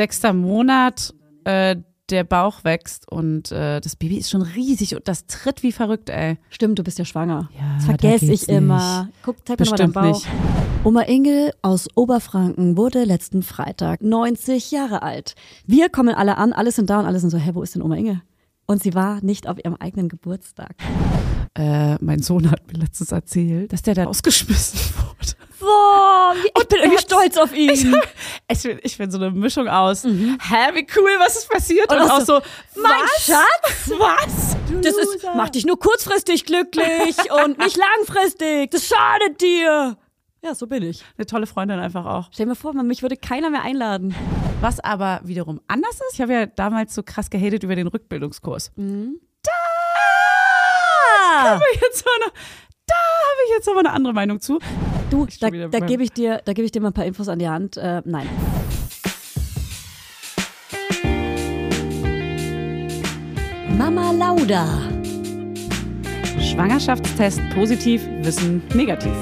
6. Monat, der Bauch wächst und das Baby ist schon riesig und das tritt wie verrückt, ey. Stimmt, du bist ja schwanger. Ja, das vergesse da ich geht's immer. nicht. Guck, zeig mir nochmal deinen Bestimmt Bauch. nicht. Oma Inge aus Oberfranken wurde letzten Freitag 90 Jahre alt. Wir kommen alle an, alle sind da und alle sind so, hä, wo ist denn Oma Inge? Und sie war nicht auf ihrem eigenen Geburtstag. Mein Sohn hat mir letztens erzählt, dass der da ausgeschmissen wurde. Boah, ich bin irgendwie stolz auf ihn. Ich bin so eine Mischung aus, hä, wie cool, was ist passiert? Und auch so, mein was? Schatz, Was? das ist, macht dich nur kurzfristig glücklich und nicht langfristig. Das schadet dir. Ja, so bin ich. Eine tolle Freundin einfach auch. Stell dir mal vor, mich würde keiner mehr einladen. Was aber wiederum anders ist, ich habe ja damals so krass gehatet über den Rückbildungskurs. Da habe ich jetzt aber eine andere Meinung zu. Du, da gebe ich dir mal ein paar Infos an die Hand. Nein. Mama Lauda. Schwangerschaftstest positiv, Wissen negativ.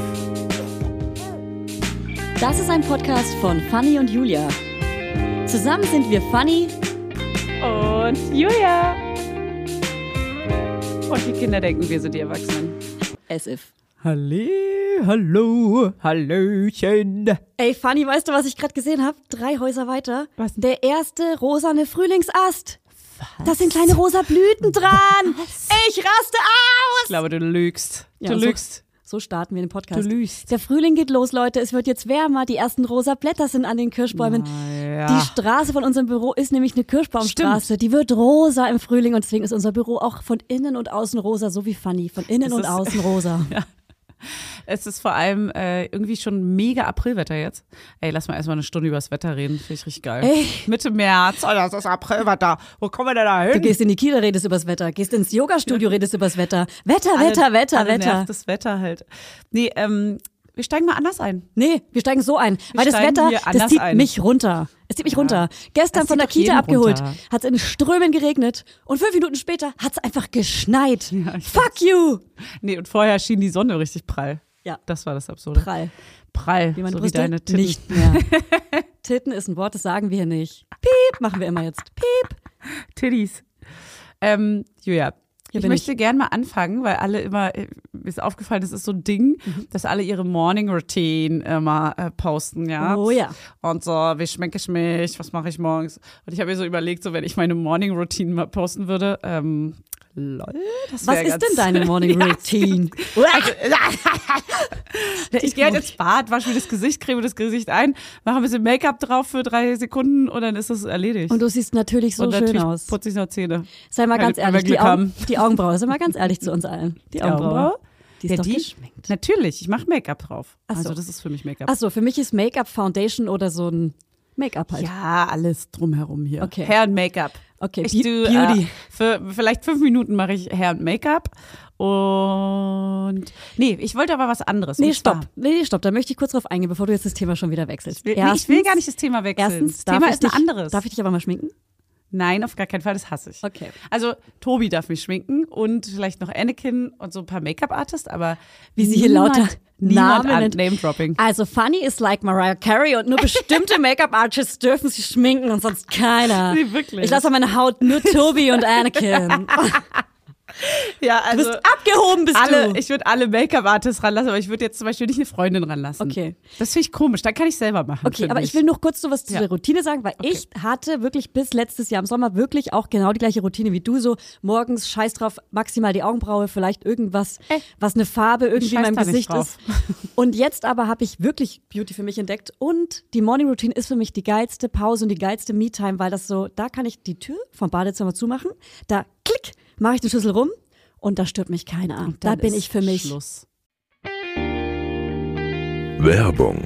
Das ist ein Podcast von Fanny und Julia. Zusammen sind wir Fanny und Julia. Und die Kinder denken, wir sind die Erwachsenen. As if. Hallo, Hallöchen. Ey, Fanny, weißt du, was ich gerade gesehen habe? 3 Häuser weiter. Was? Der erste rosane Frühlingsast. Was? Da sind kleine rosa Blüten dran. Was? Ich raste aus. Ich glaube, du lügst. Ja, Du lügst. So starten wir den Podcast. Du lügst. Der Frühling geht los, Leute. Es wird jetzt wärmer. Die ersten rosa Blätter sind an den Kirschbäumen. Ja. Die Straße von unserem Büro ist nämlich eine Kirschbaumstraße. Stimmt. Die wird rosa im Frühling und deswegen ist unser Büro auch von innen und außen rosa, so wie Fanny. Von innen und außen rosa. Ja. Es ist vor allem irgendwie schon mega Aprilwetter jetzt. Ey, lass mal erstmal eine Stunde über das Wetter reden. Finde ich richtig geil. Ey. Mitte März, oh, das ist Aprilwetter. Wo kommen wir denn da hin? Du gehst in die Kita, redest übers Wetter. Gehst ins Yoga-Studio, redest übers Wetter. Wetter. Alle nervt das Wetter halt. Nee, wir steigen mal anders ein. Nee, wir steigen so ein. Weil das steigen Wetter, hier das anders zieht ein. mich runter. Es zieht mich runter. Gestern Das von der zieht doch Kita jeden abgeholt. runter. Hat es in Strömen geregnet. Und 5 Minuten später hat es einfach geschneit. Ja, ich Fuck you. Nee, und vorher schien die Sonne richtig prall. Ja. Das war das Absurde. Prall. Wie Meine so Brüste wie deine Titten. nicht mehr. Titten ist ein Wort, das sagen wir hier nicht. Piep, machen wir immer jetzt. Piep. Titties. Julia, ich möchte gerne mal anfangen, weil alle immer, mir ist aufgefallen, das ist so ein Ding, dass alle ihre Morning Routine immer posten, ja. Oh ja. Und so, wie schminke ich mich, was mache ich morgens? Und ich habe mir so überlegt, so wenn ich meine Morning Routine mal posten würde, lol. Was ist denn deine Morning Routine? Ich gehe halt ins Bad, wasche mir das Gesicht, creme das Gesicht ein, mache ein bisschen Make-up drauf für 3 Sekunden und dann ist das erledigt. Und du siehst natürlich so und schön natürlich aus. putze ich noch Zähne. Sei mal ganz Wenn wir ehrlich, Glück haben. die Augenbraue, sei mal ganz ehrlich zu uns allen. Die Augenbraue. Die ist Ja, doch die- geschminkt. Natürlich, ich mache Make-up drauf. Ach so. Also das ist für mich Make-up. Achso, für mich ist Make-up Foundation oder so ein Make-up halt. Ja, alles drumherum hier. Okay. Hair und Make-up. Okay, Ich Beauty. für vielleicht 5 Minuten mache ich Hair und Make-up. Und nee, ich wollte aber was anderes. Nee, Und zwar- stopp. Da möchte ich kurz drauf eingehen, bevor du jetzt das Thema schon wieder wechselst. Ich will gar nicht das Thema wechseln. Erstens, das Thema ist ein anderes. Darf ich dich aber mal schminken? Nein, auf gar keinen Fall, das hasse ich. Okay. Also Tobi darf mich schminken und vielleicht noch Anakin und so ein paar Make-up-Artists, aber Wie sie hier lauter niemand Namen an nennt. Name-Dropping. Also Funny ist like Mariah Carey und nur bestimmte Make-up-Artists dürfen sie schminken und sonst keiner. Nee, wirklich. Ich lasse auf meine Haut nur Tobi und Anakin. Ja, Du also bist abgehoben, bist du. ich würde alle Make-up-Artists ranlassen, aber ich würde jetzt zum Beispiel nicht eine Freundin ranlassen. Okay. Das finde ich komisch, dann kann ich selber machen. Okay, finde aber ich will noch kurz so was zu Ja. der Routine sagen, weil ich hatte wirklich bis letztes Jahr im Sommer wirklich auch genau die gleiche Routine wie du, so morgens scheiß drauf, maximal die Augenbraue, vielleicht irgendwas, was eine Farbe irgendwie in scheiß meinem da nicht Gesicht drauf. ist. Und jetzt aber habe ich wirklich Beauty für mich entdeckt und die Morning Routine ist für mich die geilste Pause und die geilste Me-Time, weil das so, da kann ich die Tür vom Badezimmer zumachen, da klick, mache ich den Schlüssel rum und da stört mich keiner. Da Dann bin ist ich für mich. Schluss. Werbung.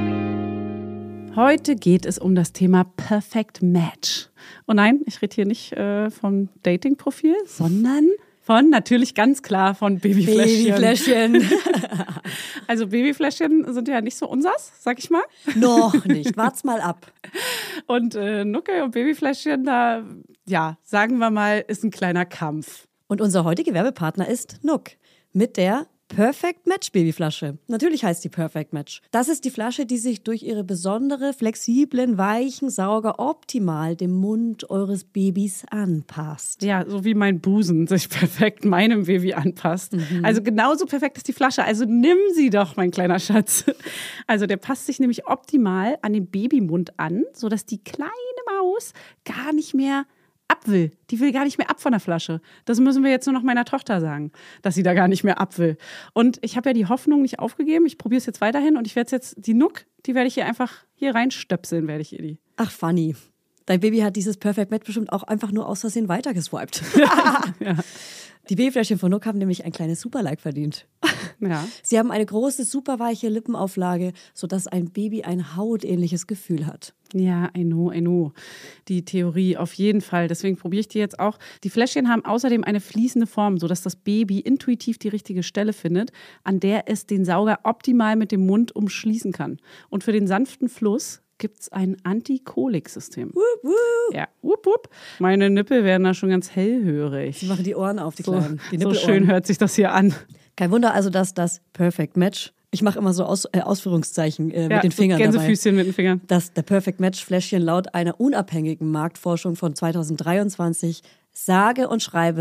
Heute geht es um das Thema Perfect Match. Und nein, ich rede hier nicht vom Dating-Profil, sondern von, natürlich ganz klar, von Babyfläschchen. Babyfläschchen. Also Babyfläschchen sind ja nicht so unsers, sag ich mal. Noch nicht, wart's mal ab. Und Nucke und Babyfläschchen, da, ja, sagen wir mal, ist ein kleiner Kampf. Und unser heutiger Werbepartner ist Nook mit der Perfect Match Babyflasche. Natürlich heißt die Perfect Match. Das ist die Flasche, die sich durch ihre besondere, flexiblen, weichen Sauger optimal dem Mund eures Babys anpasst. Ja, so wie mein Busen sich perfekt meinem Baby anpasst. Also genauso perfekt ist die Flasche. Also nimm sie doch, mein kleiner Schatz. Also der passt sich nämlich optimal an den Babymund an, sodass die kleine Maus gar nicht mehr ab will. Die will gar nicht mehr ab von der Flasche. Das müssen wir jetzt nur noch meiner Tochter sagen, dass sie da gar nicht mehr ab will. Und ich habe ja die Hoffnung nicht aufgegeben. Ich probiere es jetzt weiterhin und ich werde jetzt die Nuck, die werde ich hier einfach hier reinstöpseln, werde ich ihr die. Ach, funny. Dein Baby hat dieses Perfect Match bestimmt auch einfach nur aus Versehen weitergeswiped. Ja. Die Babyfläschchen von Nuck haben nämlich ein kleines Super-Like verdient. Ja. Sie haben eine große, super weiche Lippenauflage, sodass ein Baby ein hautähnliches Gefühl hat. Ja, I know. Die Theorie auf jeden Fall. Deswegen probiere ich die jetzt auch. Die Fläschchen haben außerdem eine fließende Form, sodass das Baby intuitiv die richtige Stelle findet, an der es den Sauger optimal mit dem Mund umschließen kann. Und für den sanften Fluss gibt es ein Antikoliksystem. Wupp, wupp. Ja, wupp, wupp. Meine Nippel werden da schon ganz hellhörig. Sie machen die Ohren auf, die Kleinen. Die So schön hört sich das hier an. Kein Wunder also, dass das Perfect Match, ich mache immer so Ausführungszeichen mit den Fingern Gänsefüßchen dabei, mit den Fingern. dass der Perfect Match Fläschchen laut einer unabhängigen Marktforschung von 2023 sage und schreibe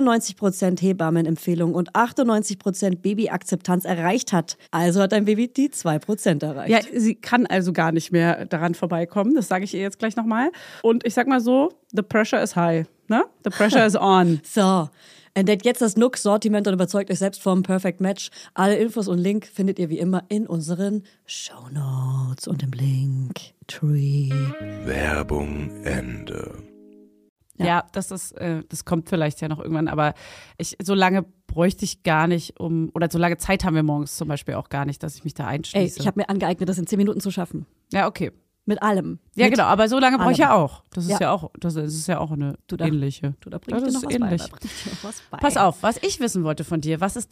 94% Hebammenempfehlung und 98% Babyakzeptanz erreicht hat. Also hat dein Baby die 2% erreicht. Ja, sie kann also gar nicht mehr daran vorbeikommen. Das sage ich ihr jetzt gleich nochmal. Und ich sag mal so, the pressure is high. Ne? The pressure is on. So, entdeckt jetzt das Nuck-Sortiment und überzeugt euch selbst vom Perfect Match. Alle Infos und Link findet ihr wie immer in unseren Shownotes und im Linktree. Werbung Ende. Ja, das kommt vielleicht ja noch irgendwann, aber so lange bräuchte ich gar nicht, oder so lange Zeit haben wir morgens zum Beispiel auch gar nicht, dass ich mich da einschließe. Ich habe mir angeeignet, das in 10 Minuten zu schaffen. Ja, okay. Mit allem. Ja, Mit genau, aber so lange brauche ich ja auch. Das ist Ja. Das ist ja auch eine ähnliche. Da bring ich dir noch was ähnlich. bei. Pass auf, was ich wissen wollte von dir, was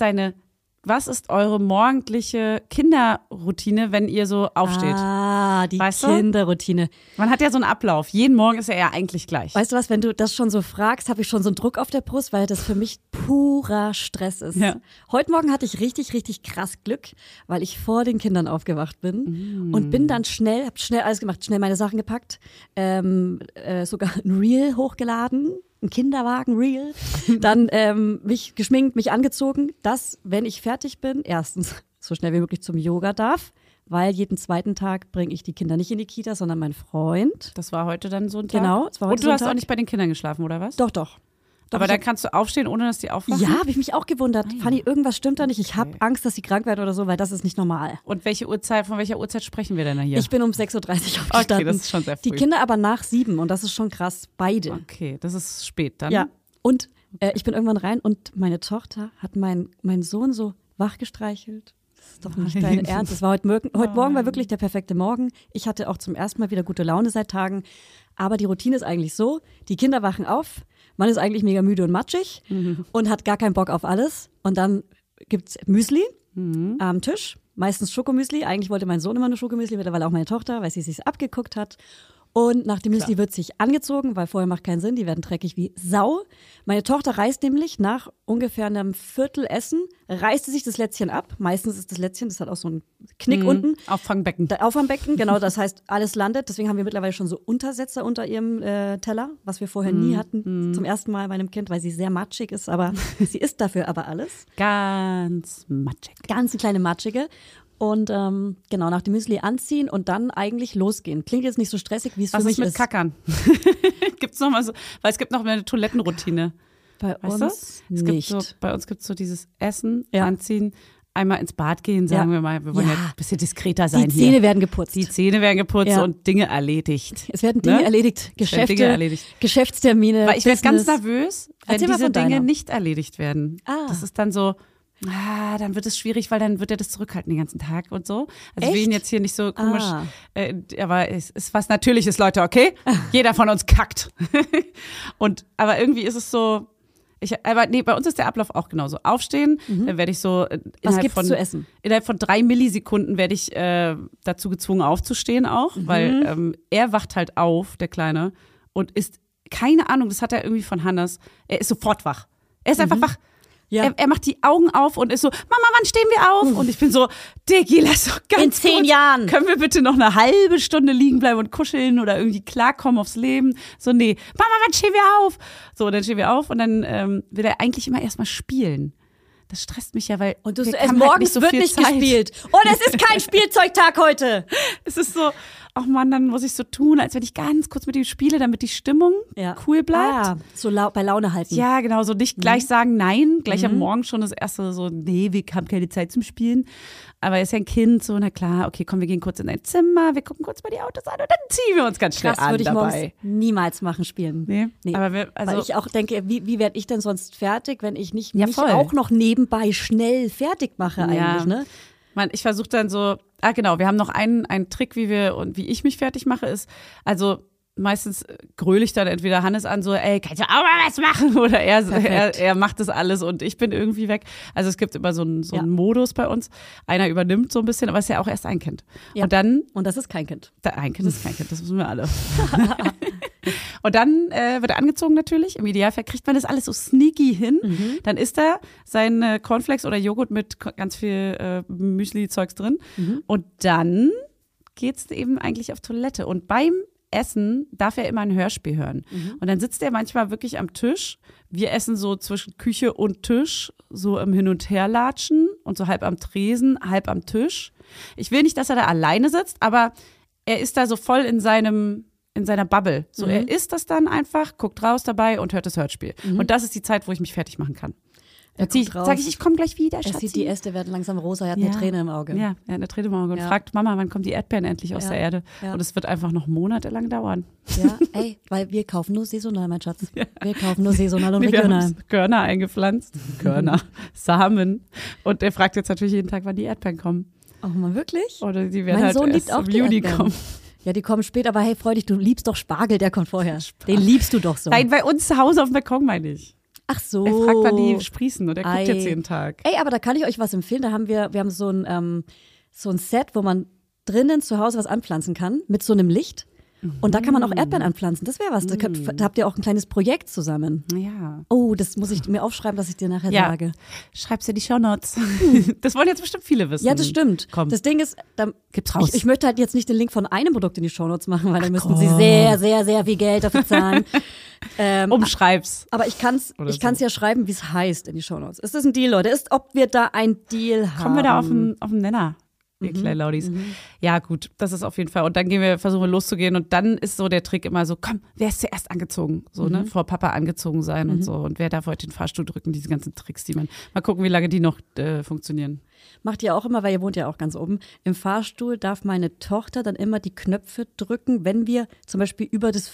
ist eure morgendliche Kinderroutine, wenn ihr so aufsteht? Ah, die Weißt du? Kinderroutine. Man hat ja so einen Ablauf. Jeden Morgen ist er ja eigentlich gleich. Weißt du was, wenn du das schon so fragst, habe ich schon so einen Druck auf der Brust, weil das für mich purer Stress ist. Ja. Heute Morgen hatte ich richtig, richtig krass Glück, weil ich vor den Kindern aufgewacht bin und bin dann habe schnell alles gemacht, schnell meine Sachen gepackt, sogar ein Reel hochgeladen. Ein Kinderwagen-Reel, dann mich geschminkt, mich angezogen, dass, wenn ich fertig bin, erstens so schnell wie möglich zum Yoga darf, weil jeden zweiten Tag bringe ich die Kinder nicht in die Kita, sondern mein Freund. Das war heute dann so ein Tag? Genau, es war heute Und du so ein hast Tag. auch nicht bei den Kindern geschlafen, oder was? Doch. Aber dann kannst du aufstehen, ohne dass die aufwachen? Ja, habe ich mich auch gewundert. Fanny, irgendwas stimmt da nicht. Ich habe Angst, dass sie krank werden oder so, weil das ist nicht normal. Und von welcher Uhrzeit sprechen wir denn da hier? Ich bin um 6.30 Uhr aufgestanden. Okay, das ist schon sehr früh. Die Kinder aber nach 7 und das ist schon krass. Beide. Okay, das ist spät dann. Ja. Und ich bin irgendwann rein und meine Tochter hat meinen Sohn so wach gestreichelt. Das ist doch nicht dein Ernst. Es war heute Morgen war wirklich der perfekte Morgen. Ich hatte auch zum ersten Mal wieder gute Laune seit Tagen. Aber die Routine ist eigentlich so, die Kinder wachen auf, man ist eigentlich mega müde und matschig und hat gar keinen Bock auf alles. Und dann gibt's Müsli am Tisch, meistens Schokomüsli. Eigentlich wollte mein Sohn immer nur Schokomüsli, mittlerweile auch meine Tochter, weil sie es sich abgeguckt hat. Und nach dem Müsli wird sich angezogen, weil vorher macht keinen Sinn, die werden dreckig wie Sau. Meine Tochter reißt nämlich nach ungefähr einem Viertel Essen, reißt sie sich das Lätzchen ab. Meistens ist das Lätzchen, das hat auch so einen Knick unten. Auffangbecken. Auffangbecken, genau, das heißt, alles landet. Deswegen haben wir mittlerweile schon so Untersetzer unter ihrem Teller, was wir vorher nie hatten, zum ersten Mal bei einem Kind, weil sie sehr matschig ist, aber sie isst dafür aber alles. Ganz matschig. Ganz eine kleine matschige. Und genau, nach dem Müsli anziehen und dann eigentlich losgehen. Klingt jetzt nicht so stressig, wie es für Was mich ist mit ist. Kackern? Gibt's noch mal so, weil es gibt noch eine Toilettenroutine. Bei Weißt uns du? nicht. Bei uns gibt es so dieses Essen, Ja. Anziehen, einmal ins Bad gehen, sagen wir mal. Wir wollen ja ein bisschen diskreter sein Die Zähne hier. werden geputzt. Die Zähne werden geputzt Ja. und Dinge erledigt. Es werden Dinge Ne? erledigt. Es werden Geschäfte, Dinge erledigt. Geschäftstermine. Weil ich werde ganz Business. nervös, wenn Erzähl mal diese von Dinge deiner. nicht erledigt werden. Ah. Das ist dann so, dann wird es schwierig, weil dann wird er das zurückhalten den ganzen Tag und so. Also ich will Echt? ihn jetzt hier nicht so komisch, Ah. aber es ist was Natürliches, Leute, okay? Jeder von uns kackt. Aber irgendwie ist es so, bei uns ist der Ablauf auch genauso. Aufstehen, dann werde ich so Was gibt's zu essen? Innerhalb von 3 Millisekunden werde ich dazu gezwungen aufzustehen auch, weil er wacht halt auf, der Kleine, und ist, keine Ahnung, das hat er irgendwie von Hannes, er ist sofort wach. Er ist einfach wach. Ja. Er macht die Augen auf und ist so, Mama, wann stehen wir auf? Und ich bin so, Diggi, lass doch ganz In 10 kurz, Jahren. können wir bitte noch eine halbe Stunde liegen bleiben und kuscheln oder irgendwie klarkommen aufs Leben? So, nee, Mama, wann stehen wir auf? So, dann stehen wir auf und dann will er eigentlich immer erstmal spielen. Das stresst mich ja, weil Und du wir so, haben morgens halt nicht so wird viel nicht Zeit. gespielt. Und es ist kein Spielzeugtag heute. Es ist so, ach Mann, dann muss ich so tun, als wenn ich ganz kurz mit ihm spiele, damit die Stimmung cool bleibt. Ah, so bei Laune halten. Ja, genau, so nicht gleich sagen nein, gleich am Morgen schon das erste so, nee, wir haben keine Zeit zum Spielen. Aber er ist ja ein Kind, so, na klar, okay, komm, wir gehen kurz in dein Zimmer, wir gucken kurz mal die Autos an und dann ziehen wir uns ganz schnell Das an würde ich dabei. morgens niemals machen, spielen. Nee, aber weil ich auch denke, wie werde ich denn sonst fertig, wenn ich nicht mich voll. auch noch nebenbei schnell fertig mache eigentlich, ne? Ich versuche dann so, genau, wir haben noch einen Trick, wie ich mich fertig mache, ist, also meistens gröle ich dann entweder Hannes an, so, ey, kannst du auch mal was machen? Oder er macht das alles und ich bin irgendwie weg. Also es gibt immer so einen Modus bei uns. Einer übernimmt so ein bisschen, aber es ist ja auch erst ein Kind. Ja. Und das ist kein Kind. Ein Kind ist kein Kind, das wissen wir alle. Und dann wird er angezogen natürlich. Im Idealfall kriegt man das alles so sneaky hin. Dann isst er sein Cornflakes oder Joghurt mit ganz viel Müsli-Zeugs drin. Und dann geht's eben eigentlich auf Toilette. Und beim Essen darf er immer ein Hörspiel hören. Und dann sitzt er manchmal wirklich am Tisch. Wir essen so zwischen Küche und Tisch, so im Hin- und Herlatschen und so halb am Tresen, halb am Tisch. Ich will nicht, dass er da alleine sitzt, aber er ist da so voll in seiner Bubble. So, er isst das dann einfach, guckt raus dabei und hört das Hörspiel. Und das ist die Zeit, wo ich mich fertig machen kann. Sag ich komme gleich wieder, Schatzi. Er sieht die Äste werden langsam rosa, er hat eine Träne im Auge. Ja, er hat eine Träne im Auge und fragt Mama, wann kommen die Erdbeeren endlich aus der Erde? Ja. Und es wird einfach noch monatelang dauern. Ja, weil wir kaufen nur saisonal, mein Schatz. Wir kaufen nur saisonal und regional. Wir haben Körner eingepflanzt. Körner, Samen. Und er fragt jetzt natürlich jeden Tag, wann die Erdbeeren kommen. Oh man, wirklich? Oder die werden mein Sohn erst liebt auch im die Juni Erdbeeren. kommen. Ja, die kommen später, aber hey, freu dich, du liebst doch Spargel, der kommt vorher. Den liebst du doch so. Nein, bei uns zu Hause auf dem Balkon meine ich. Ach so. Er fragt, wann die sprießen und er guckt jetzt jeden Tag. Ey, aber da kann ich euch was empfehlen. Da haben wir haben so ein Set, wo man drinnen zu Hause was anpflanzen kann mit so einem Licht. Und da kann man auch Erdbeeren anpflanzen. Das wäre was. Da habt ihr auch ein kleines Projekt zusammen. Ja. Oh, das muss ich mir aufschreiben, dass ich dir nachher sage. Schreib's in die Shownotes. Das wollen jetzt bestimmt viele wissen. Ja, das stimmt. Komm. Das Ding ist, gibt's raus. Ich möchte halt jetzt nicht den Link von einem Produkt in die Shownotes machen, weil dann müssten sie sehr, sehr, sehr viel Geld dafür zahlen. Umschreib's. Aber ich kann's ja schreiben, wie es heißt in die Shownotes. Ist das ein Deal, Leute? Ob wir da ein Deal haben? Kommen wir da auf den Nenner? Ihr kleinen Laudis. Ja, gut, das ist auf jeden Fall. Und dann versuchen wir loszugehen. Und dann ist so der Trick immer so, komm, wer ist zuerst angezogen? So, ne? Vor Papa angezogen sein und so. Und wer darf heute den Fahrstuhl drücken? Diese ganzen Tricks, mal gucken, wie lange die noch funktionieren. Macht ihr auch immer, weil ihr wohnt ja auch ganz oben. Im Fahrstuhl darf meine Tochter dann immer die Knöpfe drücken, wenn wir zum Beispiel über den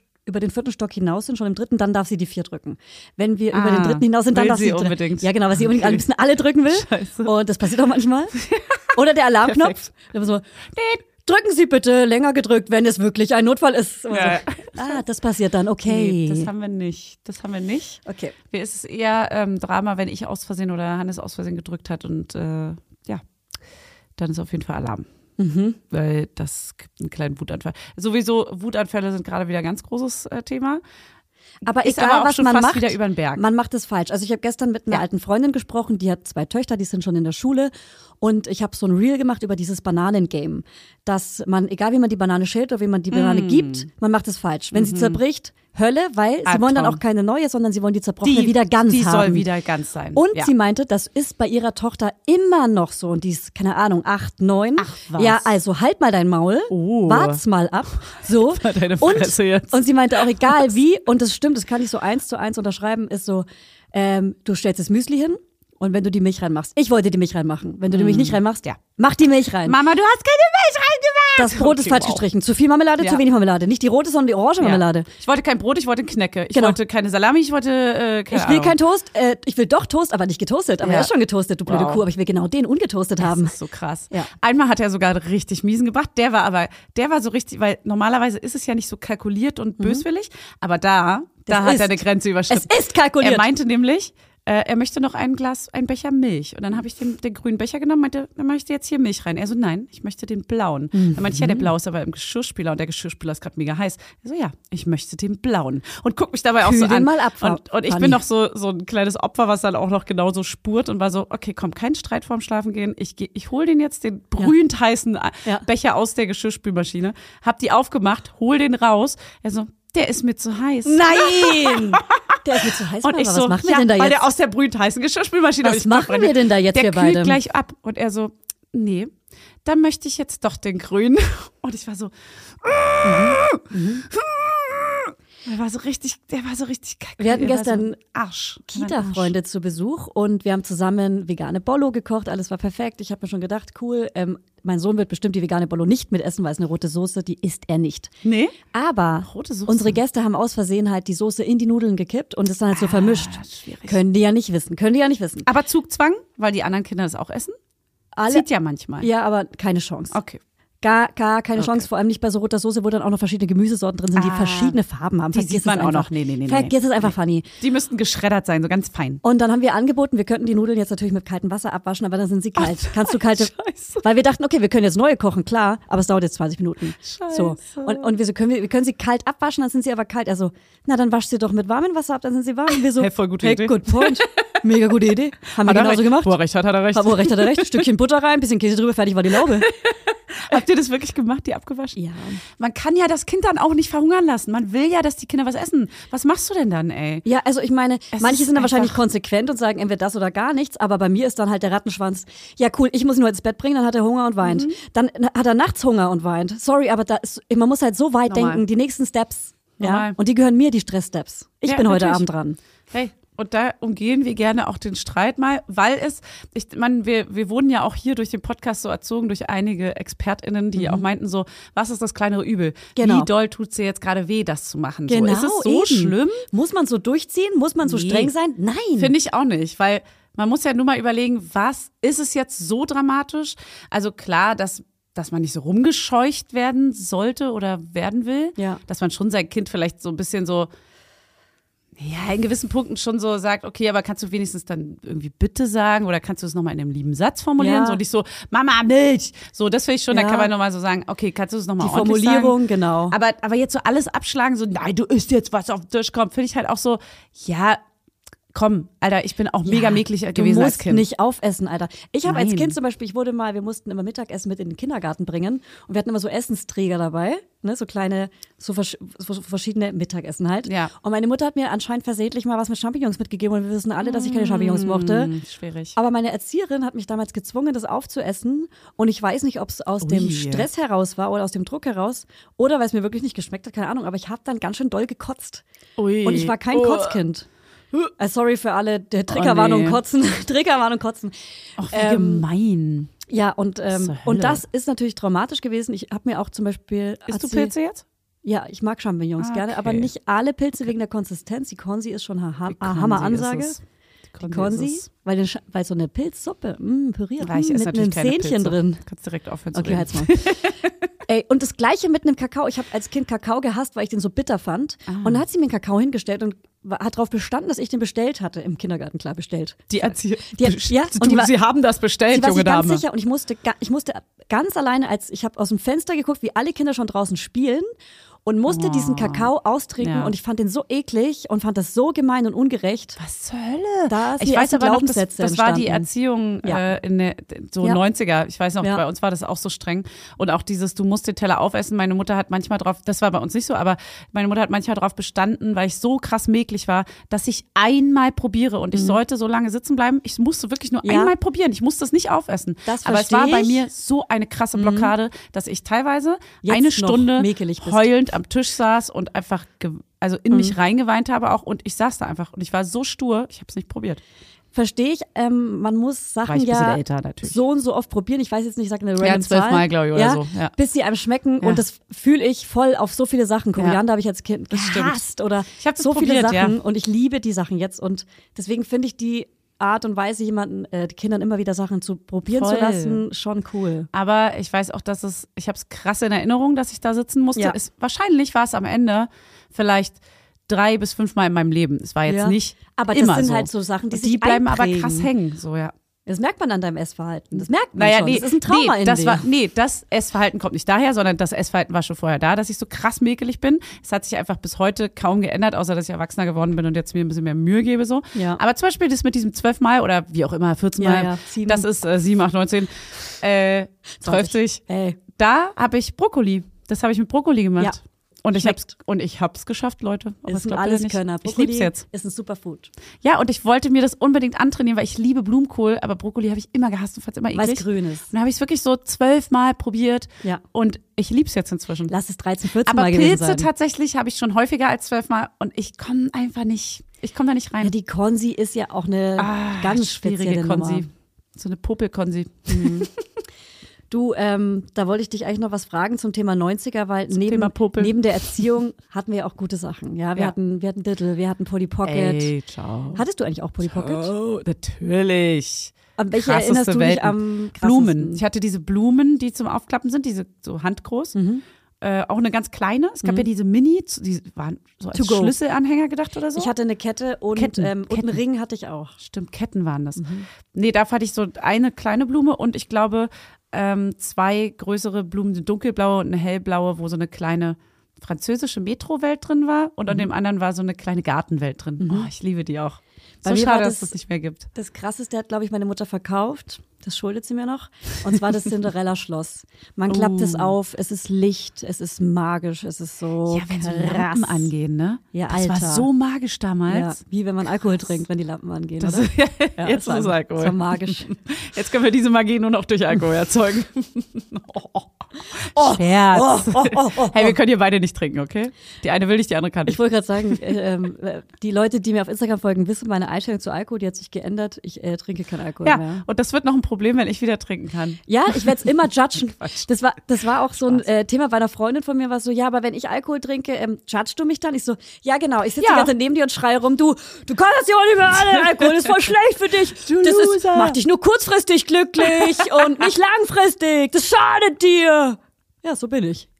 4. Stock hinaus sind, schon im 3., dann darf sie die 4 drücken. Wenn wir über den 3. hinaus sind, dann darf sie unbedingt. Ja, genau, weil sie unbedingt am liebsten alle drücken will. Scheiße. Und das passiert auch manchmal. Oder der Alarmknopf. So, nee, drücken Sie bitte, länger gedrückt, wenn es wirklich ein Notfall ist. Ja. So. Das passiert dann, okay. Nee, das haben wir nicht. Okay. Mir ist es eher Drama, wenn ich aus Versehen oder Hannes aus Versehen gedrückt hat und dann ist auf jeden Fall Alarm. Weil das gibt einen kleinen Wutanfall. Sowieso, Wutanfälle sind gerade wieder ein ganz großes Thema. Aber ist egal, aber auch was schon man fast macht, wieder über den Berg. Man macht es falsch. Also ich habe gestern mit einer alten Freundin gesprochen, die hat 2 Töchter, die sind schon in der Schule. Und ich habe so ein Reel gemacht über dieses Bananengame. Dass man, egal wie man die Banane schält oder wie man die Banane gibt, man macht es falsch. Wenn sie zerbricht, Hölle, weil sie wollen dann auch keine neue, sondern sie wollen die zerbrochene wieder ganz haben. Die soll wieder ganz sein. Und sie meinte, das ist bei ihrer Tochter immer noch so. Und die ist, keine Ahnung, 8, 9. Ach, was? Ja, also halt mal dein Maul, wart's mal ab. So. Deine Fresse jetzt. Und sie meinte auch, egal wie, und das stimmt, das kann ich so 1:1 unterschreiben, ist so, du stellst das Müsli hin und wenn du die Milch reinmachst, ich wollte die Milch reinmachen, wenn du die Milch nicht reinmachst, mach die Milch rein. Mama, du hast keine Milch reingemacht! Das Brot ist falsch gestrichen. Zu viel Marmelade, zu wenig Marmelade. Nicht die rote, sondern die orange Marmelade. Ich wollte kein Brot, ich wollte Knäcke. Ich wollte keine Salami, ich wollte keine Ich will kein Toast, ich will doch Toast, aber nicht getoastet. Aber er ist schon getoastet, du blöde Kuh, aber ich will genau den ungetoastet haben. Das ist so krass. Ja. Einmal hat er sogar richtig miesen gebracht, der war so richtig, weil normalerweise ist es ja nicht so kalkuliert und böswillig, aber da hat er eine Grenze überschritten. Es ist kalkuliert. Er meinte nämlich, er möchte noch ein Becher Milch. Und dann habe ich den grünen Becher genommen, meinte, dann mache ich dir jetzt hier Milch rein. Er so, nein, ich möchte den blauen. Dann meinte ich, ja, der blaue ist aber im Geschirrspüler und der Geschirrspüler ist gerade mega heiß. Er so, ja, ich möchte den blauen. Und guck mich dabei auch so an. Mal ab, und ich bin noch so ein kleines Opfer, was dann auch noch genauso spurt und war so, okay, komm, kein Streit vorm Schlafen gehen. Ich hole den jetzt, den brühend heißen Becher aus der Geschirrspülmaschine, hab die aufgemacht, hol den raus. Er so, der ist mir zu heiß. Nein! Der ist mir zu heiß. Und ich so, was machen wir denn da jetzt? Weil der aus der brühend heißen Geschirrspülmaschine. Was machen wir denn da jetzt, wir beide? Der kühlt gleich ab. Und er so, nee, dann möchte ich jetzt doch den grünen. Und ich war so, Der war so richtig kacke. Wir hatten gestern so ein Arsch. Kita-Freunde zu Besuch und wir haben zusammen vegane Bollo gekocht. Alles war perfekt. Ich habe mir schon gedacht, cool, mein Sohn wird bestimmt die vegane Bollo nicht mitessen, weil es eine rote Soße, die isst er nicht. Nee? Aber unsere Gäste haben aus Versehen halt die Soße in die Nudeln gekippt und es dann halt so vermischt. Schwierig. Können die ja nicht wissen. Aber Zugzwang, weil die anderen Kinder das auch essen? Alle, Zieht ja manchmal. Ja, aber keine Chance. Okay. Gar keine Chance, vor allem nicht bei so roter Soße, wo dann auch noch verschiedene Gemüsesorten drin sind, die verschiedene Farben haben. Die sieht man auch noch. Nee. Vergiss es einfach, Fanny. Die müssten geschreddert sein, so ganz fein. Und dann haben wir angeboten, wir könnten die Nudeln jetzt natürlich mit kaltem Wasser abwaschen, aber dann sind sie kalt. Kannst du kalte, Scheiße. weil wir dachten, okay, wir können jetzt neue kochen, klar, aber es dauert jetzt 20 Minuten. Scheiße. So. Und wir so, wir können sie kalt abwaschen, dann sind sie aber kalt. Also, na, dann wascht sie doch mit warmem Wasser ab, dann sind sie warm. Und wir so, hey, voll gute Idee. Good point. Mega gute Idee. Haben wir genauso gemacht. Wo er recht hat, hat er recht. Wo er recht hat er recht. Stückchen Butter rein, bisschen Käse drüber, fertig war die Laube. Habt ihr das wirklich gemacht, die abgewaschen? Ja. Man kann ja das Kind dann auch nicht verhungern lassen. Man will ja, dass die Kinder was essen. Was machst du denn dann, ey? Ja, also ich meine, manche sind dann einfach wahrscheinlich konsequent und sagen entweder das oder gar nichts, aber bei mir ist dann halt der Rattenschwanz, ja cool, ich muss ihn nur ins Bett bringen, dann hat er Hunger und weint. Dann hat er nachts Hunger und weint. Sorry, aber man muss halt so weit denken, die nächsten Steps. Ja? Und die gehören mir, die Stress-Steps. Ich bin heute Abend dran. Hey. Und da umgehen wir gerne auch den Streit mal, weil wir wurden ja auch hier durch den Podcast so erzogen, durch einige ExpertInnen, die auch meinten so, was ist das kleinere Übel? Genau. Wie doll tut es dir jetzt gerade weh, das zu machen? Genau, so, ist es so schlimm? Muss man so durchziehen? Muss man so streng sein? Nein. Finde ich auch nicht, weil man muss ja nur mal überlegen, was ist es jetzt so dramatisch? Also klar, dass man nicht so rumgescheucht werden sollte oder werden will, dass man schon sein Kind vielleicht so ein bisschen so ja, in gewissen Punkten schon so sagt, okay, aber kannst du wenigstens dann irgendwie bitte sagen oder kannst du es nochmal in einem lieben Satz formulieren? So nicht so, Mama, Milch. So, das finde ich schon, da kann man nochmal so sagen, okay, kannst du es nochmal ordentlich sagen? Die Formulierung, genau. Aber jetzt so alles abschlagen, so, nein, du isst jetzt, was auf den Tisch kommt, finde ich halt auch so, ja, komm, Alter, ich bin auch mega mäklig gewesen als Kind. Du musst nicht aufessen, Alter. Ich habe als Kind zum Beispiel, wir mussten immer Mittagessen mit in den Kindergarten bringen und wir hatten immer so Essensträger dabei, ne, so kleine, so verschiedene Mittagessen halt. Ja. Und meine Mutter hat mir anscheinend versehentlich mal was mit Champignons mitgegeben und wir wissen alle, dass ich keine Champignons mochte. Schwierig. Aber meine Erzieherin hat mich damals gezwungen, das aufzuessen und ich weiß nicht, ob es aus dem Stress heraus war oder aus dem Druck heraus oder weil es mir wirklich nicht geschmeckt hat, keine Ahnung, aber ich habe dann ganz schön doll gekotzt. Ui. Und ich war kein Kotzkind. Sorry für alle, der Triggerwarnung kotzen. Triggerwarnung kotzen. Ach, wie gemein. Ja, und das ist natürlich traumatisch gewesen. Ich habe mir auch zum Beispiel Isst du Pilze jetzt? Ja, ich mag Champignons gerne, aber nicht alle Pilze wegen der Konsistenz. Die Konsi ist schon eine Hammer-Ansage. Die Konsi, weil so eine Pilzsuppe, püriert, mit einem Zähnchen drin. Kannst direkt aufhören zu reden. Okay, halt's mal. Ey, und das Gleiche mit einem Kakao. Ich habe als Kind Kakao gehasst, weil ich den so bitter fand. Und dann hat sie mir einen Kakao hingestellt und hat darauf bestanden, dass ich den bestellt hatte. Im Kindergarten, klar, bestellt. Sie haben das bestellt, junge Dame. Ganz sicher und ich musste ganz alleine, ich habe aus dem Fenster geguckt, wie alle Kinder schon draußen spielen und musste diesen Kakao austrinken und ich fand den so eklig und fand das so gemein und ungerecht. Was zur Hölle? Ich weiß aber noch, das war die Erziehung in der 90er. Ich weiß noch, bei uns war das auch so streng. Und auch dieses, du musst den Teller aufessen. Meine Mutter hat manchmal drauf, das war bei uns nicht so, aber meine Mutter hat manchmal drauf bestanden, weil ich so krass mäglich war, dass ich einmal probiere und ich sollte so lange sitzen bleiben. Ich musste wirklich nur einmal probieren. Ich musste es nicht aufessen. Aber es war bei mir so eine krasse Blockade, dass ich teilweise eine Stunde heulend am Tisch saß und einfach in mich reingeweint habe auch und ich saß da einfach und ich war so stur, ich habe es nicht probiert. Verstehe ich, man muss Sachen älter, so und so oft probieren. Ich weiß jetzt nicht, ich sage eine random Zahl. 12 Mal, glaube ich, oder so. Ja. Bis sie einem schmecken und das fühle ich voll auf so viele Sachen. Koriander habe ich als Kind gehasst oder ich habe so viele Sachen und ich liebe die Sachen jetzt und deswegen finde ich die Art und Weise, Kindern immer wieder Sachen zu probieren zu lassen, schon cool. Aber ich weiß auch, ich habe es krass in Erinnerung, dass ich da sitzen musste. Wahrscheinlich war es am Ende vielleicht 3 bis 5 Mal in meinem Leben. Es war jetzt nicht aber immer das sind so. halt so Sachen, die Und sich die bleiben einprägen. aber krass hängen. So, ja. Das merkt man an deinem Essverhalten. Das merkt man schon. Das ist ein Trauma in dir. Das Essverhalten kommt nicht daher, sondern das Essverhalten war schon vorher da, dass ich so krass mäkelig bin. Es hat sich einfach bis heute kaum geändert, außer dass ich erwachsener geworden bin und jetzt mir ein bisschen mehr Mühe gebe. So. Ja. Aber zum Beispiel das mit diesem 12 Mal oder wie auch immer, 14 Mal, 7. das ist 7, 8, 19, 12. Da habe ich Brokkoli. Das habe ich mit Brokkoli gemacht. Ja. Und ich hab's geschafft, Leute. Aber Das sind glaubt ihr alles nicht. Könner. Ich lieb's jetzt. Ist ein Superfood. Ja, und ich wollte mir das unbedingt antrainieren, weil ich liebe Blumenkohl, aber Brokkoli habe ich immer gehasst und fand's immer eklig. Weil es grün ist. Und dann habe ich es wirklich so 12 Mal probiert und ich lieb's jetzt inzwischen. Lass es 13, 14 aber Mal gewesen sein. Pilze tatsächlich habe ich schon häufiger als 12 Mal und ich komme da nicht rein. Ja, die Konsi ist ja auch eine ganz spezielle schwierige Konsi. Nummer. So eine Popel-Konsi. Du, da wollte ich dich eigentlich noch was fragen zum Thema 90er, weil neben der Erziehung hatten wir ja auch gute Sachen. Ja, wir hatten Diddle, wir hatten Polly Pocket. Ey, ciao. Hattest du eigentlich auch Polly Pocket? Oh, natürlich. An welche erinnerst du dich am krassesten? Blumen. Ich hatte diese Blumen, die zum Aufklappen sind, diese so handgroß. Auch eine ganz kleine. Es gab ja diese Mini, die waren so als Schlüsselanhänger gedacht oder so. Ich hatte eine Kette und einen Ring hatte ich auch. Stimmt, Ketten waren das. Nee, da hatte ich so eine kleine Blume und ich glaube 2 größere Blumen, eine dunkelblaue und eine hellblaue, wo so eine kleine französische Metrowelt drin war und an dem anderen war so eine kleine Gartenwelt drin. Oh, ich liebe die auch. So schade, dass es das nicht mehr gibt. Das Krasseste hat, glaube ich, meine Mutter verkauft. Das schuldet sie mir noch. Und zwar das Cinderella-Schloss. Man klappt es auf, es ist Licht, es ist magisch, es ist so ja, wenn krass. so Lampen angehen, ne? Ja, das Alter. war so magisch damals. Ja, wie wenn man Alkohol trinkt, wenn die Lampen angehen, das, oder? Ja, jetzt ist es Alkohol. Das war magisch. Jetzt können wir diese Magie nur noch durch Alkohol erzeugen. Scherz. Hey, wir können hier beide nicht trinken, okay? Die eine will nicht, die andere kann nicht. Ich wollte gerade sagen, die Leute, die mir auf Instagram folgen, wissen meine Einstellung zu Alkohol, die hat sich geändert. Ich trinke keinen Alkohol mehr. Ja, und das wird noch ein Problem, wenn ich wieder trinken kann. Ja, ich werde es immer judgen. Das war auch so ein Thema bei einer Freundin von mir, war so, ja, aber wenn ich Alkohol trinke, judgst du mich dann? Ich so, ja genau, ich sitze die ganze Zeit neben dir und schreie rum, du kannst ja auch nicht mehr alle, Alkohol ist voll schlecht für dich. Macht dich nur kurzfristig glücklich und nicht langfristig. Das schadet dir. Ja, so bin ich.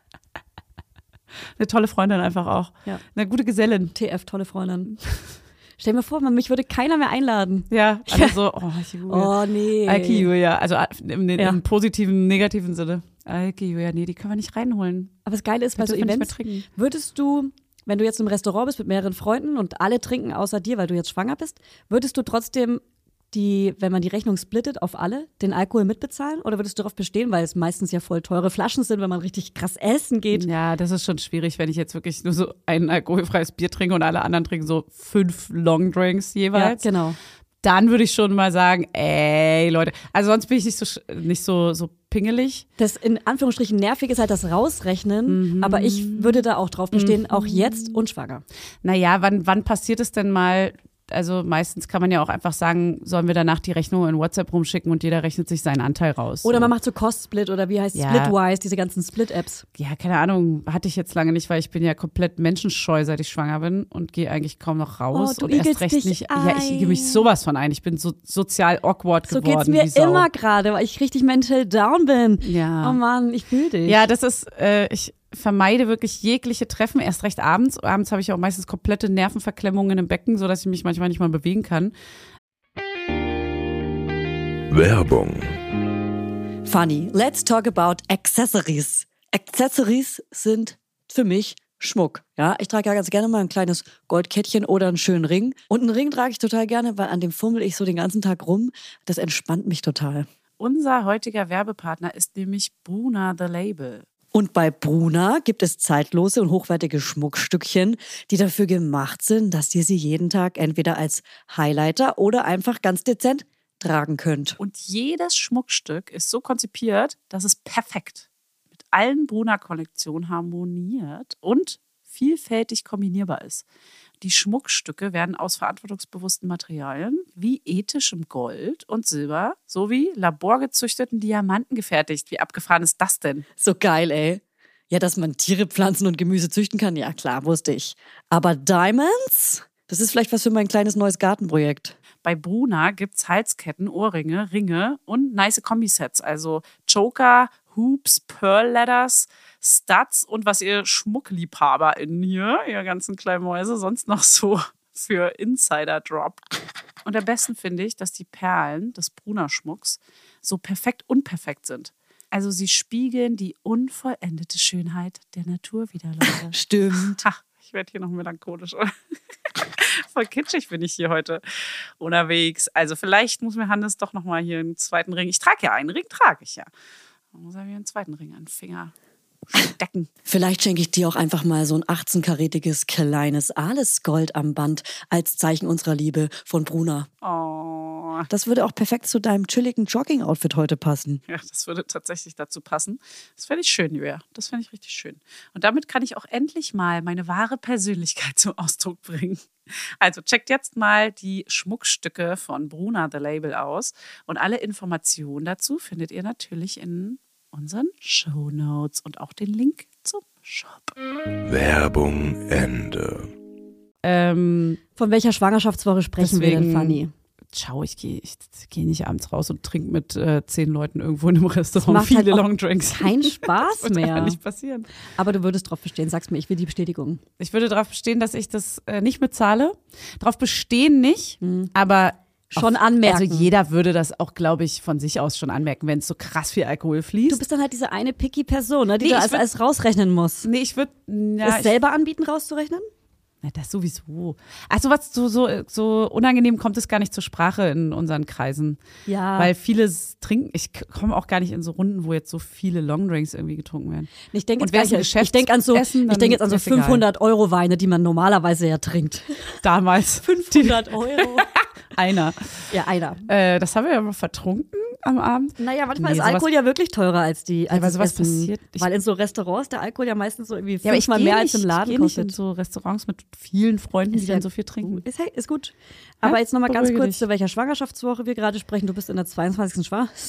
Eine tolle Freundin einfach auch. Ja. Eine gute Gesellin. TF, tolle Freundin. Stell dir mal vor, mich würde keiner mehr einladen. Ja, alle so, oh nee. Alki Julia, also im positiven, negativen Sinne. Alki Julia, nee, die können wir nicht reinholen. Aber das Geile ist, bei so Events, würdest du, wenn du jetzt im Restaurant bist mit mehreren Freunden und alle trinken außer dir, weil du jetzt schwanger bist, würdest du trotzdem wenn man die Rechnung splittet auf alle, den Alkohol mitbezahlen? Oder würdest du darauf bestehen, weil es meistens ja voll teure Flaschen sind, wenn man richtig krass essen geht? Ja, das ist schon schwierig, wenn ich jetzt wirklich nur so ein alkoholfreies Bier trinke und alle anderen trinken so 5 Longdrinks jeweils. Ja, genau. Dann würde ich schon mal sagen, ey, Leute, also sonst bin ich nicht so pingelig. Das in Anführungsstrichen nervig ist halt das Rausrechnen, aber ich würde da auch drauf bestehen, auch jetzt und schwanger. Naja, wann passiert es denn mal? Also meistens kann man ja auch einfach sagen, sollen wir danach die Rechnung in WhatsApp rumschicken und jeder rechnet sich seinen Anteil raus. Oder man macht so Cost-Split oder wie heißt es, Splitwise, diese ganzen Split-Apps. Ja, keine Ahnung, hatte ich jetzt lange nicht, weil ich bin ja komplett menschenscheu, seit ich schwanger bin und gehe eigentlich kaum noch raus. Du und erst recht dich nicht. ein. Ja, ich igel mich sowas von ein. Ich bin so sozial awkward geworden. So geht's mir immer gerade, weil ich richtig mental down bin. Ja. Oh Mann, ich fühle dich. Ja, das ist, ich vermeide wirklich jegliche Treffen, erst recht abends. Abends habe ich auch meistens komplette Nervenverklemmungen im Becken, sodass ich mich manchmal nicht mal bewegen kann. Werbung. Funny, let's talk about Accessories. Accessories sind für mich Schmuck. Ja, ich trage ja ganz gerne mal ein kleines Goldkettchen oder einen schönen Ring. Und einen Ring trage ich total gerne, weil an dem fummel ich so den ganzen Tag rum. Das entspannt mich total. Unser heutiger Werbepartner ist nämlich Bruna The Label. Und bei Bruna gibt es zeitlose und hochwertige Schmuckstückchen, die dafür gemacht sind, dass ihr sie jeden Tag entweder als Highlighter oder einfach ganz dezent tragen könnt. Und jedes Schmuckstück ist so konzipiert, dass es perfekt mit allen Bruna-Kollektionen harmoniert und vielfältig kombinierbar ist. Die Schmuckstücke werden aus verantwortungsbewussten Materialien wie ethischem Gold und Silber sowie laborgezüchteten Diamanten gefertigt. Wie abgefahren ist das denn? So geil, ey. Ja, dass man Tiere, Pflanzen und Gemüse züchten kann, ja klar, wusste ich. Aber Diamonds? Das ist vielleicht was für mein kleines neues Gartenprojekt. Bei Bruna gibt's Halsketten, Ohrringe, Ringe und nice Kombisets. Also Choker, Hoops, Pearl Ladders Studs und was ihr SchmuckliebhaberInnen hier, ihr ganzen kleinen Mäuse, sonst noch so für Insider droppt. Und am besten finde ich, dass die Perlen des Bruna-Schmucks so perfekt unperfekt sind. Also sie spiegeln die unvollendete Schönheit der Natur wider, Leute. Stimmt. Ha, ich werde hier noch melancholisch. Voll kitschig bin ich hier heute unterwegs. Also vielleicht muss mir Hannes doch noch mal hier einen zweiten Ring. Ich trage ja einen Ring, trage ich ja. Dann muss er mir einen zweiten Ring an den Finger stecken. Vielleicht schenke ich dir auch einfach mal so ein 18-karätiges kleines Alles-Gold am Band als Zeichen unserer Liebe von Bruna. Oh. Das würde auch perfekt zu deinem chilligen Jogging-Outfit heute passen. Ja, das würde tatsächlich dazu passen. Das fände ich schön, Julia. Das fände ich richtig schön. Und damit kann ich auch endlich mal meine wahre Persönlichkeit zum Ausdruck bringen. Also checkt jetzt mal die Schmuckstücke von Bruna The Label aus. Und alle Informationen dazu findet ihr natürlich in unseren Shownotes und auch den Link zum Shop. Werbung Ende. Von welcher Schwangerschaftswoche sprechen wir denn, Fanny? Ciao, ich geh nicht abends raus und trinke mit 10 Leuten irgendwo in einem Restaurant macht viele halt auch Longdrinks. Kein Spaß Das wird mehr. einfach nicht passieren. Aber du würdest drauf bestehen, sag's mir, ich will die Bestätigung. Ich würde darauf bestehen, dass ich das nicht bezahle. Darauf bestehen nicht, aber Schon anmerken. Also jeder würde das auch, glaube ich, von sich aus schon anmerken, wenn es so krass viel Alkohol fließt. Du bist dann halt diese eine picky Person, ne, die Nee, du ich alles rausrechnen muss. Nee, ich würde Es selber anbieten, rauszurechnen? Na, das sowieso. Also was so unangenehm kommt es gar nicht zur Sprache in unseren Kreisen. Ja. Weil viele trinken, ich komme auch gar nicht in so Runden, wo jetzt so viele Longdrinks irgendwie getrunken werden. Ich denke Und wer ist ein ich denk an so, Geschäftsessen, ich denk jetzt an so dann ist egal. 500 € Weine, die man normalerweise ja trinkt. Damals. 500 €? Einer. Ja, einer. Das haben wir ja mal vertrunken am Abend. Naja, manchmal Nee, ist sowas- Alkohol ja wirklich teurer als die als aber das sowas Essen. passiert- Weil in so Restaurants der Alkohol ja meistens so irgendwie Ja, aber ich fünfmal gehe mehr nicht, als im Laden ich gehe nicht in kostet. so Restaurants mit vielen Freunden, die ja dann so viel trinken. Ist gut. Aber jetzt nochmal ganz beruhige kurz, dich. zu welcher Schwangerschaftswoche wir gerade sprechen. Du bist in der 22.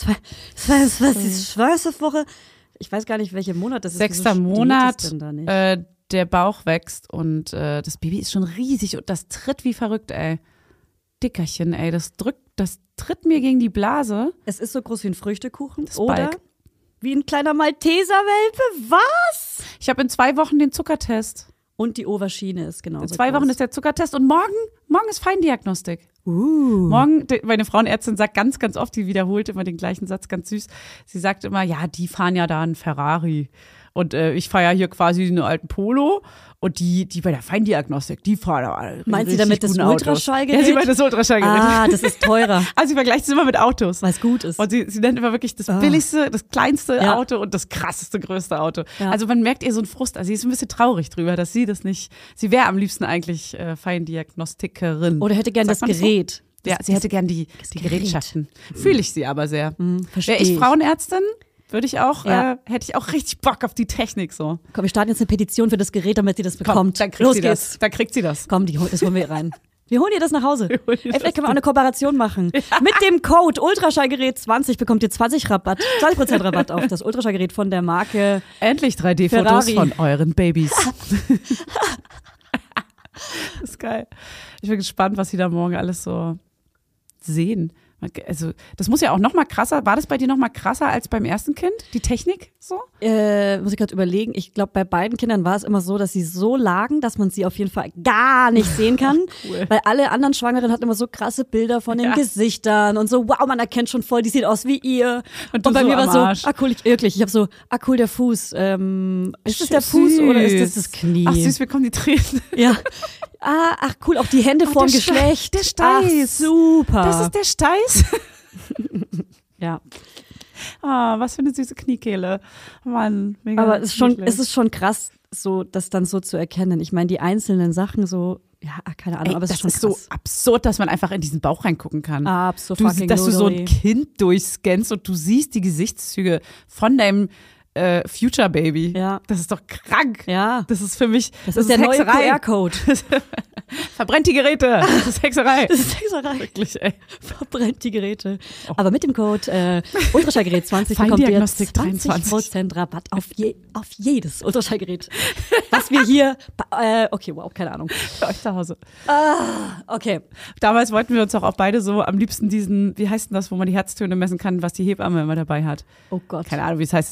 Schwangerschaftswoche. Ich weiß gar nicht, welcher Monat das ist. 6. Wieso steht Monat, das denn da nicht? der Bauch wächst und das Baby ist schon riesig und das tritt wie verrückt, ey. Dickerchen, ey, das tritt mir gegen die Blase. Es ist so groß wie ein Früchtekuchen. Das Oder Balk. wie ein kleiner Malteserwelpe. Was? Ich habe in 2 Wochen den Zuckertest. Und die Oberschiene ist genauso In 2 Wochen groß. ist der Zuckertest und morgen ist Feindiagnostik. Morgen, meine Frauenärztin sagt ganz, ganz oft, die wiederholt immer den gleichen Satz, ganz süß. Sie sagt immer, ja, die fahren ja da einen Ferrari. Und ich fahre ja hier quasi einen alten Polo. Und die bei der Feindiagnostik, die fahren da Meint sie richtig damit das guten Autos. Ultraschallgerät? Ja, sie meint das Ultraschallgerät. Ah, das ist teurer, Also sie vergleicht es immer mit Autos. weil es gut ist. Und sie nennt immer wirklich das billigste, das kleinste Ja. Auto und das krasseste, größte Auto. Ja. Also man merkt ihr so einen Frust. Also sie ist ein bisschen traurig drüber, dass sie das nicht, sie wäre am liebsten eigentlich Feindiagnostikerin. Oder hätte gern das Sagt man Gerät. So? Ja, sie hätte gern die Gerätschaften. Fühle ich sie aber sehr. Verstehe Wäre ich Frauenärztin, würde ich auch, Ja. hätte ich auch richtig Bock auf die Technik so. Komm, wir starten jetzt eine Petition für das Gerät, damit sie das Komm, bekommt. dann kriegt Los sie geht's. das. Dann kriegt sie das. Komm, das holen wir rein. Wir holen ihr das nach Hause. Ey, holen ihr vielleicht das können wir auch eine Kooperation machen. Mit dem Code Ultraschallgerät 20 bekommt ihr 20% Rabatt auf das Ultraschallgerät von der Marke. Endlich 3D-Fotos Ferrari. von euren Babys. Das ist geil. Ich bin gespannt, was sie da morgen alles so sehen. Also, das muss ja auch noch mal krasser. War das bei dir noch mal krasser als beim ersten Kind? Die Technik so? Muss ich gerade überlegen. Ich glaube, bei beiden Kindern war es immer so, dass sie so lagen, dass man sie auf jeden Fall gar nicht sehen kann. Cool. Weil alle anderen Schwangeren hatten immer so krasse Bilder von den Ja. Gesichtern und so, wow, man erkennt schon voll, die sieht aus wie ihr. Und Und, du bei so mir am war Arsch. so, cool, ich habe so, cool, der Fuß. Ist das der Fuß oder ist das das Knie? Ach süß, mir kommen die Tränen. Ja. Ach cool, auch die Hände vorm der Geschlecht. Der Steiß. Ach, super. Das ist der Steiß. ja. Ah, was für eine süße Kniekehle. Mann, mega. Aber es niedlich. ist schon krass, so das dann so zu erkennen. Ich meine, die einzelnen Sachen so, ja, keine Ahnung, Ey, aber es das ist schon ist so krass. absurd, dass man einfach in diesen Bauch reingucken kann. Fucking Dass du so ein lottery. Kind durchscannst und du siehst die Gesichtszüge von deinem Future Baby. Ja. Das ist doch krank. Ja. Das ist für mich, Das ist der neue Hexerei. QR-Code. Verbrennt die Geräte. Das ist Hexerei. Das ist Hexerei. Wirklich, ey. Verbrennt die Geräte. Aber mit dem Code Ultraschallgerät 20 bekommt ihr Feindiagnostik 20% Rabatt auf jedes Ultraschallgerät. Was wir hier, okay, wow, keine Ahnung. Für euch zu Hause. Okay. Damals wollten wir uns auch beide so am liebsten diesen, wie heißt denn das, wo man die Herztöne messen kann, was die Hebamme immer dabei hat. Oh Gott. Keine Ahnung, wie es heißt, ist ja euch scheißegal.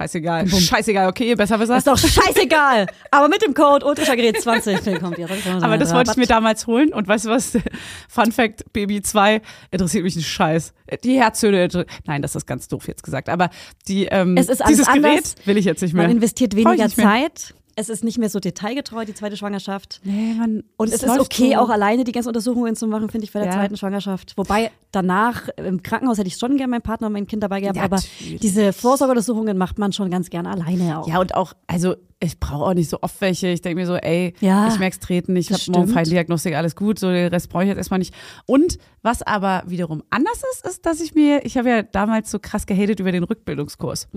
scheißegal. Scheißegal, okay, besser besser. Ist doch scheißegal. Aber mit dem Code Ultraschallgerät 20 kommt ihr. Aber das wollte ich mir damals holen. Und weißt du was? Fun Fact, Baby 2 interessiert mich ein Scheiß. Die Herzhöhle, nein, das ist ganz doof jetzt gesagt. Aber es ist dieses anders. Gerät will ich jetzt nicht mehr. Man investiert Brauch ich weniger nicht mehr. Zeit. Es ist nicht mehr so detailgetreu, die zweite Schwangerschaft. Nee, Und es ist okay, auch alleine die ganzen Untersuchungen zu machen, finde ich, bei der zweiten Schwangerschaft. Wobei danach, im Krankenhaus hätte ich schon gerne meinen Partner und mein Kind dabei gehabt, aber diese Vorsorgeuntersuchungen macht man schon ganz gerne alleine auch. Ja, und auch, also ich brauche auch nicht so oft welche. Ich denke mir so, ey, Ja, ich merke es treten, ich habe stimmt. morgen Feindiagnostik, alles gut, so den Rest brauche ich jetzt erstmal nicht. Und was aber wiederum anders ist, dass ich habe ja damals so krass gehatet über den Rückbildungskurs.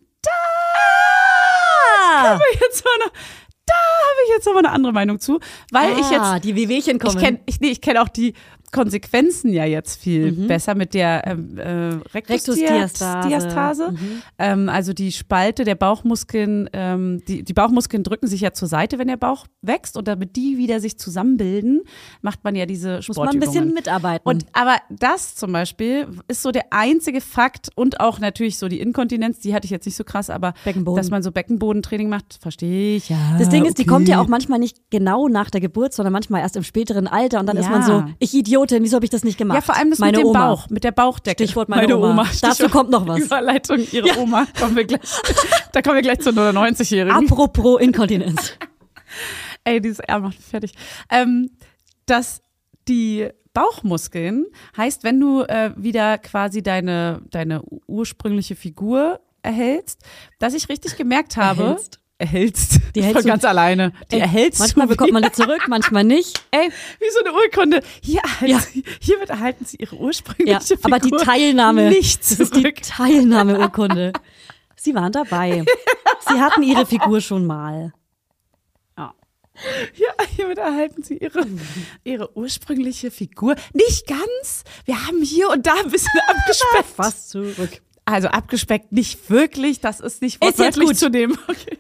Da habe ich jetzt noch mal eine andere Meinung zu, weil ich jetzt die Wehwehchen kommen. ich kenne auch die Konsequenzen ja jetzt viel besser mit der Rektusdiastase. Also die Spalte der Bauchmuskeln, die Bauchmuskeln drücken sich ja zur Seite, wenn der Bauch wächst, und damit die wieder sich zusammenbilden, macht man ja diese Sportübungen. Muss man ein bisschen mitarbeiten. Aber das zum Beispiel ist so der einzige Fakt, und auch natürlich so die Inkontinenz, die hatte ich jetzt nicht so krass, aber Beckenboden. dass man so Beckenbodentraining macht, verstehe ich. Ja, Das Ding ist, die kommt ja auch manchmal nicht genau nach der Geburt, sondern manchmal erst im späteren Alter, und dann ist man so, ich Idiotin, wieso habe ich das nicht gemacht? Ja, vor allem das meine mit dem Oma. Bauch, mit der Bauchdecke. Stichwort meine Oma. Dazu kommt noch was. Überleitung, ihre Oma. Da kommen wir gleich zur 99-Jährigen. Apropos Inkontinenz. Ey, dieses R macht mich fertig. Dass die Bauchmuskeln heißt, wenn du wieder quasi deine ursprüngliche Figur erhältst, dass ich richtig gemerkt habe. Erhältst. Die hältst von ganz alleine. Die erhältst manchmal du bekommt man die zurück, manchmal nicht. Ey, wie so eine Urkunde. Hiermit erhalten sie ihre ursprüngliche Figur. Aber die Teilnahme, nicht das ist die Teilnahmeurkunde. Sie waren dabei. Sie hatten ihre Figur schon mal. Ja, hiermit erhalten sie ihre ursprüngliche Figur. Nicht ganz. Wir haben hier und da ein bisschen abgespeckt. Fast zurück. Also abgespeckt nicht wirklich. Das ist nicht wortwörtlich zu nehmen. Okay.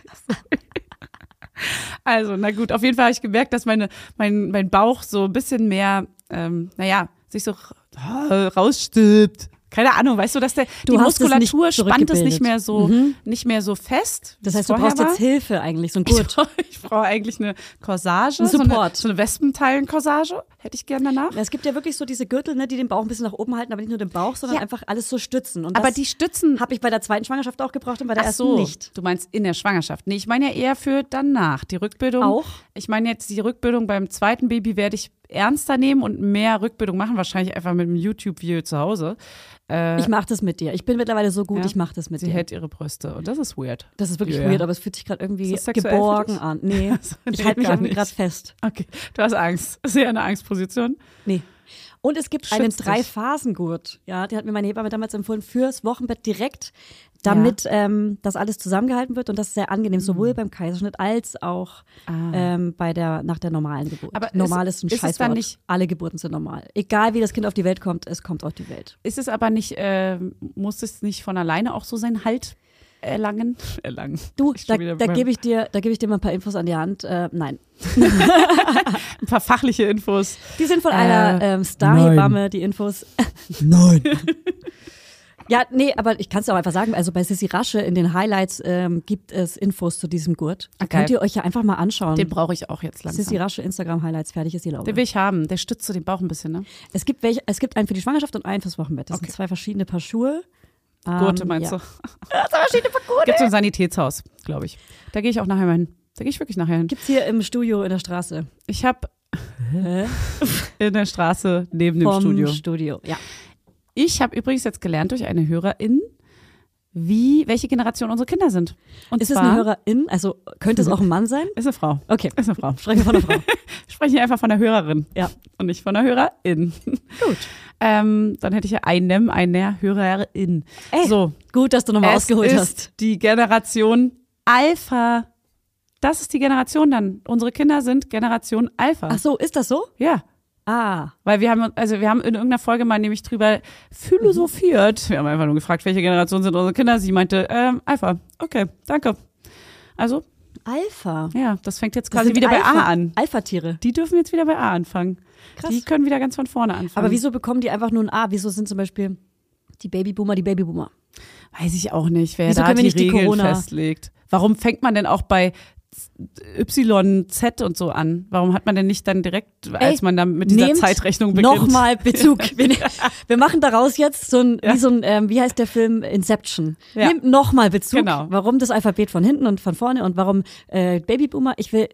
Also, na gut, auf jeden Fall habe ich gemerkt, dass mein Bauch so ein bisschen mehr, sich so rausstülpt. Keine Ahnung, weißt du, dass die Muskulatur spannt es nicht mehr so fest. Das heißt, du brauchst jetzt Hilfe eigentlich, so ein Gurt. Ich brauche eigentlich eine Corsage, ein Support. So eine Wespenteilen-Corsage hätte ich gerne danach. Es gibt ja wirklich so diese Gürtel, ne, die den Bauch ein bisschen nach oben halten, aber nicht nur den Bauch, sondern einfach alles so stützen. Und aber die Stützen habe ich bei der zweiten Schwangerschaft auch gebraucht und bei der ersten nicht. Du meinst in der Schwangerschaft. Nee, ich meine ja eher für danach. Die Rückbildung. Auch? Ich meine jetzt die Rückbildung beim zweiten Baby werde ich ernster nehmen und mehr Rückbildung machen, wahrscheinlich einfach mit einem YouTube-Video zu Hause. Ich mache das mit dir. Ich bin mittlerweile so gut, ich mache das mit dir. Sie hält ihre Brüste und das ist weird. Das ist wirklich weird, aber es fühlt sich gerade irgendwie sexuell geborgen an. Nee, ich halte mich irgendwie gerade fest. Okay, du hast Angst. Ist ja eine Angstposition. Nee. Und es gibt einen 3-Phasen-Gurt. Ja, die hat mir meine Hebamme damals empfohlen fürs Wochenbett direkt, damit das alles zusammengehalten wird. Und das ist sehr angenehm, sowohl beim Kaiserschnitt als auch nach der normalen Geburt. Aber normal ist ein Scheißwort. Nicht, alle Geburten sind normal. Egal wie das Kind auf die Welt kommt, es kommt auf die Welt. Ist es aber nicht, muss es nicht von alleine auch so seinen Halt erlangen? Du, da gebe ich dir mal ein paar Infos an die Hand. Nein. Ein paar fachliche Infos. Die sind von einer Star-Hebamme, die Infos. Nein. Ja, nee, aber ich kann es auch einfach sagen, also bei Sissi Rasche in den Highlights gibt es Infos zu diesem Gurt. Da könnt ihr euch ja einfach mal anschauen. Den brauche ich auch jetzt langsam. Sissi Rasche Instagram-Highlights, fertig ist die Laube. Den will ich haben, der stützt so den Bauch ein bisschen, ne? Es gibt einen für die Schwangerschaft und einen fürs Wochenbett. Das sind 2 verschiedene Paar Schuhe. Gurte meinst du? Das sind verschiedene Paar Gurte. Gibt so ein Sanitätshaus, glaube ich. Da gehe ich auch nachher mal hin. Da gehe ich wirklich nachher hin. Gibt's hier im Studio in der Straße. Ich habe in der Straße neben dem Studio, ja. Ich habe übrigens jetzt gelernt durch eine Hörerin, welche Generation unsere Kinder sind. Und ist es eine Hörerin? Also könnte es auch ein Mann sein? Ist eine Frau. Okay. Ist eine Frau. Sprechen wir von einer Frau. Ich spreche hier einfach von der Hörerin. Ja. Und nicht von der Hörerin. Gut. Dann hätte ich ja einer Hörerin. So. Gut, dass du nochmal ausgeholt hast. Die Generation Alpha. Das ist die Generation dann. Unsere Kinder sind Generation Alpha. Ach so, ist das so? Ja. Weil wir haben in irgendeiner Folge mal nämlich drüber philosophiert. Wir haben einfach nur gefragt, welche Generation sind unsere Kinder. Sie meinte, Alpha. Okay, danke. Also. Alpha? Ja, das fängt jetzt quasi wieder bei A an. Alpha-Tiere. Die dürfen jetzt wieder bei A anfangen. Krass. Die können wieder ganz von vorne anfangen. Aber wieso bekommen die einfach nur ein A? Wieso sind zum Beispiel die Babyboomer die Babyboomer? Weiß ich auch nicht, wer Wieso da können wir die nicht die Regeln Corona- festlegt. Warum fängt man denn auch bei YZ und so an? Warum hat man denn nicht dann direkt, als man dann mit dieser nehmt Zeitrechnung beginnt? Nochmal Bezug. Wir machen daraus jetzt wie heißt der Film Inception? Ja. Nehmt nochmal Bezug. Genau. Warum das Alphabet von hinten und von vorne und warum Babyboomer? Ich will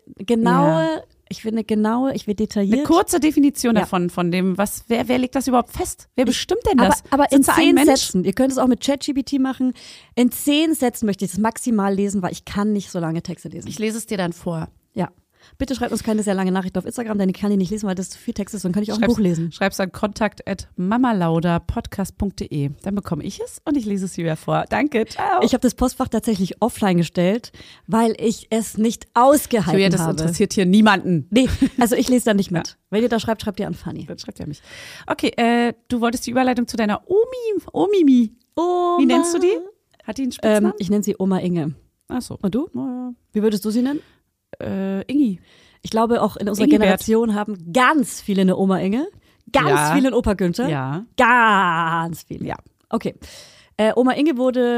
detailliert. Eine kurze Definition Ja. davon, von dem, wer legt das überhaupt fest? Wer bestimmt denn das? Aber in Sitzt da ein 10 Mensch? Sätzen. Ihr könnt es auch mit ChatGPT machen. In 10 Sätzen möchte ich das maximal lesen, weil ich kann nicht so lange Texte lesen. Ich lese es dir dann vor. Ja. Bitte schreibt uns keine sehr lange Nachricht auf Instagram, denn ich kann die nicht lesen, weil das zu viel Text ist. Dann kann ich auch ein Buch lesen. Schreib's an kontakt@mamalauda-podcast.de. Dann bekomme ich es und ich lese es wieder vor. Danke, ciao. Ich habe das Postfach tatsächlich offline gestellt, weil ich es nicht ausgehalten Julia, das habe. interessiert hier niemanden. Nee, also ich lese da nicht mit. Wenn ihr da schreibt, schreibt ihr an Fanny. Dann schreibt er mich. Okay, du wolltest die Überleitung zu deiner Omimi. Wie nennst du die? Hat die einen Spitznamen? Ich nenne sie Oma Inge. Ach so. Und du? Na Wie würdest du sie nennen? ja. Ingi. Ich glaube, auch in unserer Ingibert. Generation haben ganz viele eine Oma Inge, ganz Ja. viele einen Opa Günther. Ja. Ganz viele. Ja. Okay. Oma Inge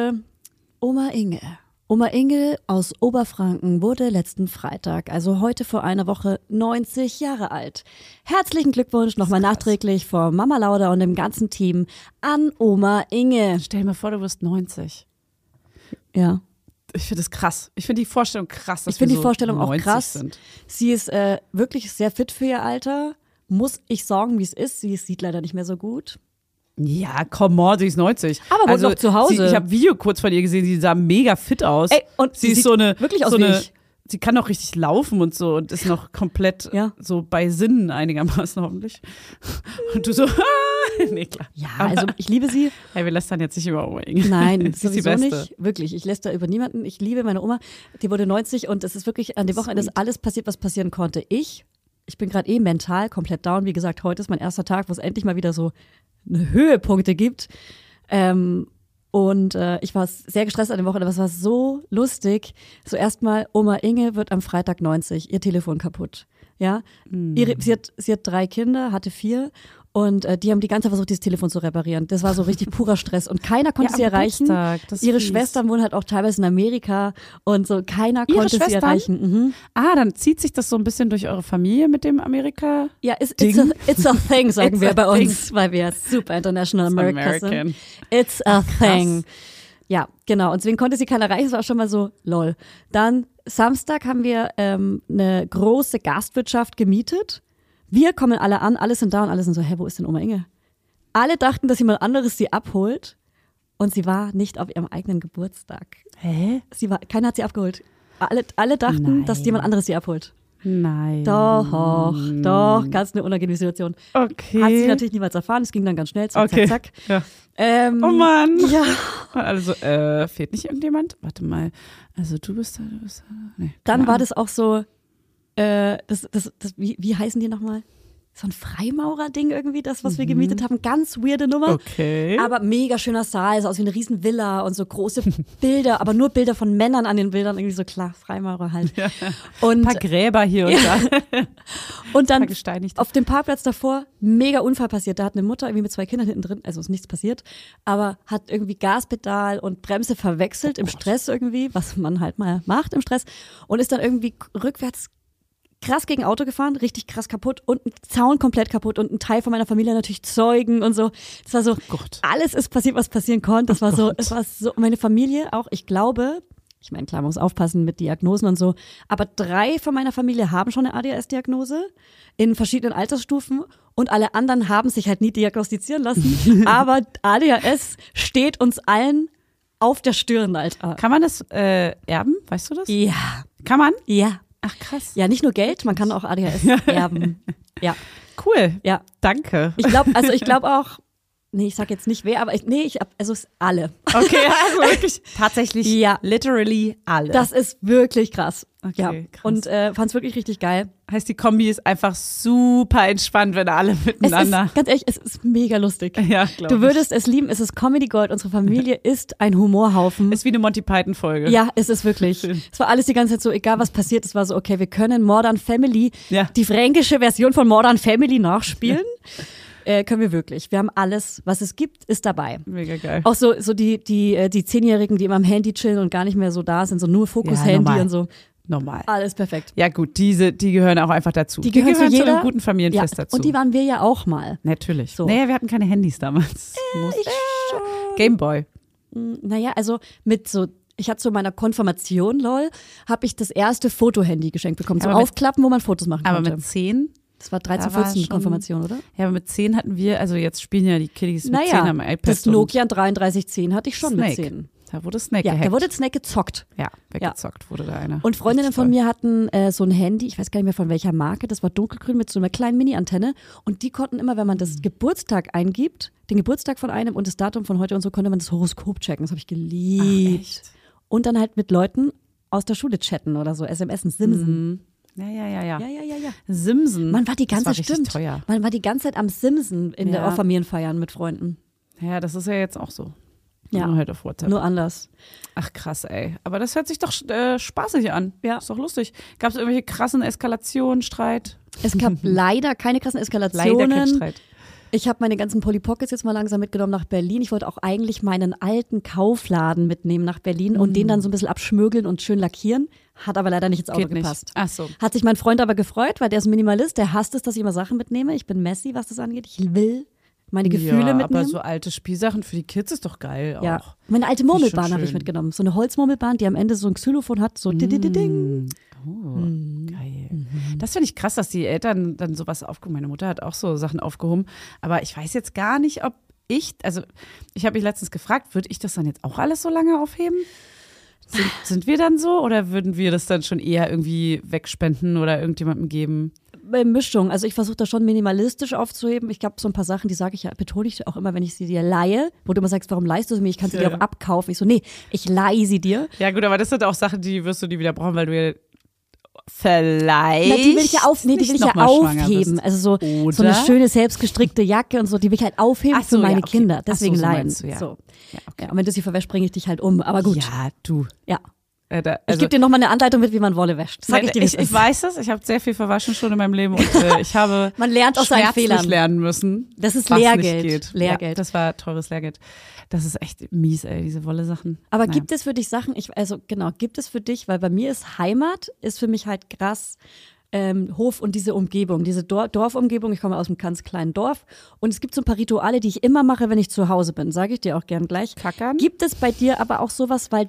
aus Oberfranken wurde letzten Freitag, also heute vor einer Woche, 90 Jahre alt. Herzlichen Glückwunsch nochmal nachträglich von Mama Lauda und dem ganzen Team an Oma Inge. Stell dir mal vor, du wirst 90. Ja. Ich finde das krass. Ich finde die Vorstellung krass, dass Ich finde wir die so Vorstellung auch 90 krass. sind. Sie ist wirklich sehr fit für ihr Alter. Muss ich sagen, wie es ist. Sie sieht leider nicht mehr so gut. Ja, come on, sie ist 90. Aber wohnt noch zu Hause. Ich habe ein Video kurz von ihr gesehen, sie sah mega fit aus. Ey, und sie sie ist sieht so eine, wirklich aus so wie eine, ich. sie kann auch richtig laufen und so und ist noch komplett Ja. so bei Sinnen einigermaßen hoffentlich. Und du so, nee, klar. Ja, also ich liebe sie. Hey, wir lästern jetzt nicht über Oma Inge. Nein, Sie ist die sowieso Beste. nicht. Wirklich, ich lässt da über niemanden. Ich liebe meine Oma. Die wurde 90 und es ist wirklich an dem Wochenende ist alles passiert, was passieren konnte. Ich bin gerade mental komplett down. Wie gesagt, heute ist mein erster Tag, wo es endlich mal wieder so eine Höhepunkte gibt. Ich war sehr gestresst an dem Wochenende, aber es war so lustig. So erstmal, Oma Inge wird am Freitag 90, ihr Telefon kaputt. Ja, sie hat 3 Kinder, hatte 4 und die haben die ganze Zeit versucht, dieses Telefon zu reparieren. Das war so richtig purer Stress und keiner konnte Ja, sie am erreichen. Geburtstag, das ist Ihre fies. Schwestern wohnen halt auch teilweise in Amerika und so keiner Ihre konnte sie Schwestern? erreichen. Mhm. Dann zieht sich das so ein bisschen durch eure Familie mit dem Amerika. Ja, it's Ding. a thing, sagen It's wir a bei thing. uns, weil wir super international America American. sind. It's a thing. Ja, genau. Und deswegen konnte sie keiner erreichen. Das war auch schon mal so, lol. Dann Samstag haben wir eine große Gastwirtschaft gemietet. Wir kommen alle an, alle sind da und alle sind so, hä, wo ist denn Oma Inge? Alle dachten, dass jemand anderes sie abholt und sie war nicht auf ihrem eigenen Geburtstag. Hä? Keiner hat sie abgeholt. Alle dachten, Nein. dass jemand anderes sie abholt. Nein. Doch, ganz eine unangenehme Situation. Okay. Hat sie natürlich niemals erfahren, es ging dann ganz schnell, zack, Okay. zack, zack. Ja. Oh Mann. Ja. Also, fehlt nicht irgendjemand? Warte mal. Also, du bist da. Nee, Dann keine war Ahnung. das auch so, wie heißen die nochmal? So ein Freimaurer-Ding irgendwie, das, was wir gemietet haben. Ganz weirde Nummer. Okay. Aber mega schöner Saal, sah aus wie eine riesen Villa und so große Bilder, aber nur Bilder von Männern an den Bildern, irgendwie so klar, Freimaurer halt. Ja. Und, Ein paar Gräber hier und da. und dann paar gesteinigte. auf dem Parkplatz davor, mega Unfall passiert. Da hat eine Mutter irgendwie mit 2 Kindern hinten drin, also ist nichts passiert, aber hat irgendwie Gaspedal und Bremse verwechselt im Stress irgendwie, was man halt mal macht im Stress und ist dann irgendwie rückwärts krass gegen Auto gefahren, richtig krass kaputt und ein Zaun komplett kaputt und ein Teil von meiner Familie natürlich Zeugen und so. Das war so, Gott. alles ist passiert, was passieren konnte. Das war so, es war so, meine Familie auch, ich glaube, ich meine, klar, man muss aufpassen mit Diagnosen und so, aber 3 von meiner Familie haben schon eine ADHS-Diagnose in verschiedenen Altersstufen und alle anderen haben sich halt nie diagnostizieren lassen. Aber ADHS steht uns allen auf der Stirn, Alter. Kann man das erben? Weißt du das? Ja, Kann man? ja. Ach, krass. Ja, nicht nur Geld, man kann auch ADHS erben. Ja, Cool. ja. Danke. Ich glaube auch, nee, ich sag jetzt nicht wer, aber es ist alle. Okay, also wirklich tatsächlich Ja. literally alle. Das ist wirklich krass. Okay, Ja. krass. Und fand es wirklich richtig geil. heißt, die Kombi ist einfach super entspannt, wenn alle Es miteinander. ist, ganz ehrlich, es ist mega lustig. Ja, glaub Du würdest es lieben, es ist Comedy Gold, unsere Familie ist ein Humorhaufen. Ist wie eine Monty Python-Folge. Ja, es ist wirklich. Schön. Es war alles die ganze Zeit so, egal was passiert, es war so, okay, wir können Modern Family, Ja. die fränkische Version von Modern Family nachspielen. können wir wirklich. Wir haben alles, was es gibt, ist dabei. Mega geil. Auch so die 10-Jährigen, die immer am Handy chillen und gar nicht mehr so da sind, so nur Fokus-Handy und so. Normal. Alles perfekt. Ja gut, die gehören auch einfach dazu. Die gehören zu einem guten Familienfest dazu. Und die waren wir ja auch mal. Natürlich. So. Naja, wir hatten keine Handys damals. Gameboy. Naja, also ich hatte zu meiner Konfirmation, habe ich das erste Fotohandy geschenkt bekommen. Zum Aufklappen, wo man Fotos machen konnte. Aber mit 10? Das war 13, 14 Konfirmation, oder? Ja, aber mit 10 hatten wir, also jetzt spielen ja die Kiddies mit 10 am iPad. Das Nokia 3310 hatte ich schon Snake. mit 10. Da wurde Snake Ja, gehackt. da wurde Snake gezockt. Ja, weggezockt wurde da einer. Und Freundinnen von mir hatten so ein Handy, ich weiß gar nicht mehr von welcher Marke, das war dunkelgrün mit so einer kleinen Mini-Antenne. Und die konnten immer, wenn man das Geburtstag eingibt, den Geburtstag von einem und das Datum von heute und so, konnte man das Horoskop checken. Das habe ich geliebt. Ach, echt? Und dann halt mit Leuten aus der Schule chatten oder so, SMSen, Simsen. Ja. Ja. Simsen. Man war die ganze das war richtig teuer. Man war die ganze Zeit am Simsen in der Familienfeiern mit Freunden. Ja, das ist ja jetzt auch so. Ja. Nur halt auf WhatsApp. Nur anders. Ach krass, ey. Aber das hört sich doch spaßig an. Ja. Ist doch lustig. Gab es irgendwelche krassen Eskalationen, Streit? Es gab leider keine krassen Eskalationen. Leider kein Streit. Ich habe meine ganzen Polly Pockets jetzt mal langsam mitgenommen nach Berlin. Ich wollte auch eigentlich meinen alten Kaufladen mitnehmen nach Berlin und den dann so ein bisschen abschmögeln und schön lackieren. Hat aber leider nicht ins Auto Geht nicht. gepasst. Ach so. Hat sich mein Freund aber gefreut, weil der ist Minimalist. Der hasst es, dass ich immer Sachen mitnehme. Ich bin messy, was das angeht. Ich will meine Gefühle mitnehmen. Aber so alte Spielsachen für die Kids ist doch geil ja. auch. Meine alte Murmelbahn habe ich schön. mitgenommen. So eine Holzmurmelbahn, die am Ende so ein Xylophon hat. So ding. Oh, geil. Das finde ich krass, dass die Eltern dann sowas aufgehoben. Meine Mutter hat auch so Sachen aufgehoben. Aber ich weiß jetzt gar nicht, ob ich habe mich letztens gefragt, würde ich das dann jetzt auch alles so lange aufheben? Sind wir dann so oder würden wir das dann schon eher irgendwie wegspenden oder irgendjemandem geben? Mischung. Also ich versuche das schon minimalistisch aufzuheben. Ich glaube, so ein paar Sachen, die betone ich auch immer, wenn ich sie dir leihe, wo du immer sagst, warum leihst du sie mir? Ich kann sie dir auch abkaufen. Ich so, nee, ich leihe sie dir. Ja gut, aber das sind auch Sachen, die wirst du nie wieder brauchen, weil du ja vielleicht. Na, die will ich ja aufheben. Also so eine schöne selbstgestrickte Jacke und so, die will ich halt aufheben für meine Kinder. Deswegen leihen. So. Ja, okay. Ja, und wenn du sie verwäschst, bringe ich dich halt um. Aber gut. Ja, du. Ja. Ich gebe dir nochmal eine Anleitung mit, wie man Wolle wäscht. Sag ich dir, ich weiß es, ich habe sehr viel verwaschen schon in meinem Leben und ich habe man lernt aus seinen Fehlern lernen müssen. Das ist was Lehrgeld. Nicht geht. Lehrgeld. Ja, das war teures Lehrgeld. Das ist echt mies, ey, diese Wolle-Sachen. Aber gibt es für dich Sachen, gibt es für dich, weil bei mir ist Heimat, ist für mich halt krass, Hof und diese Umgebung, diese Dorfumgebung. Ich komme aus einem ganz kleinen Dorf und es gibt so ein paar Rituale, die ich immer mache, wenn ich zu Hause bin, sage ich dir auch gern gleich. Kackern? Gibt es bei dir aber auch sowas, weil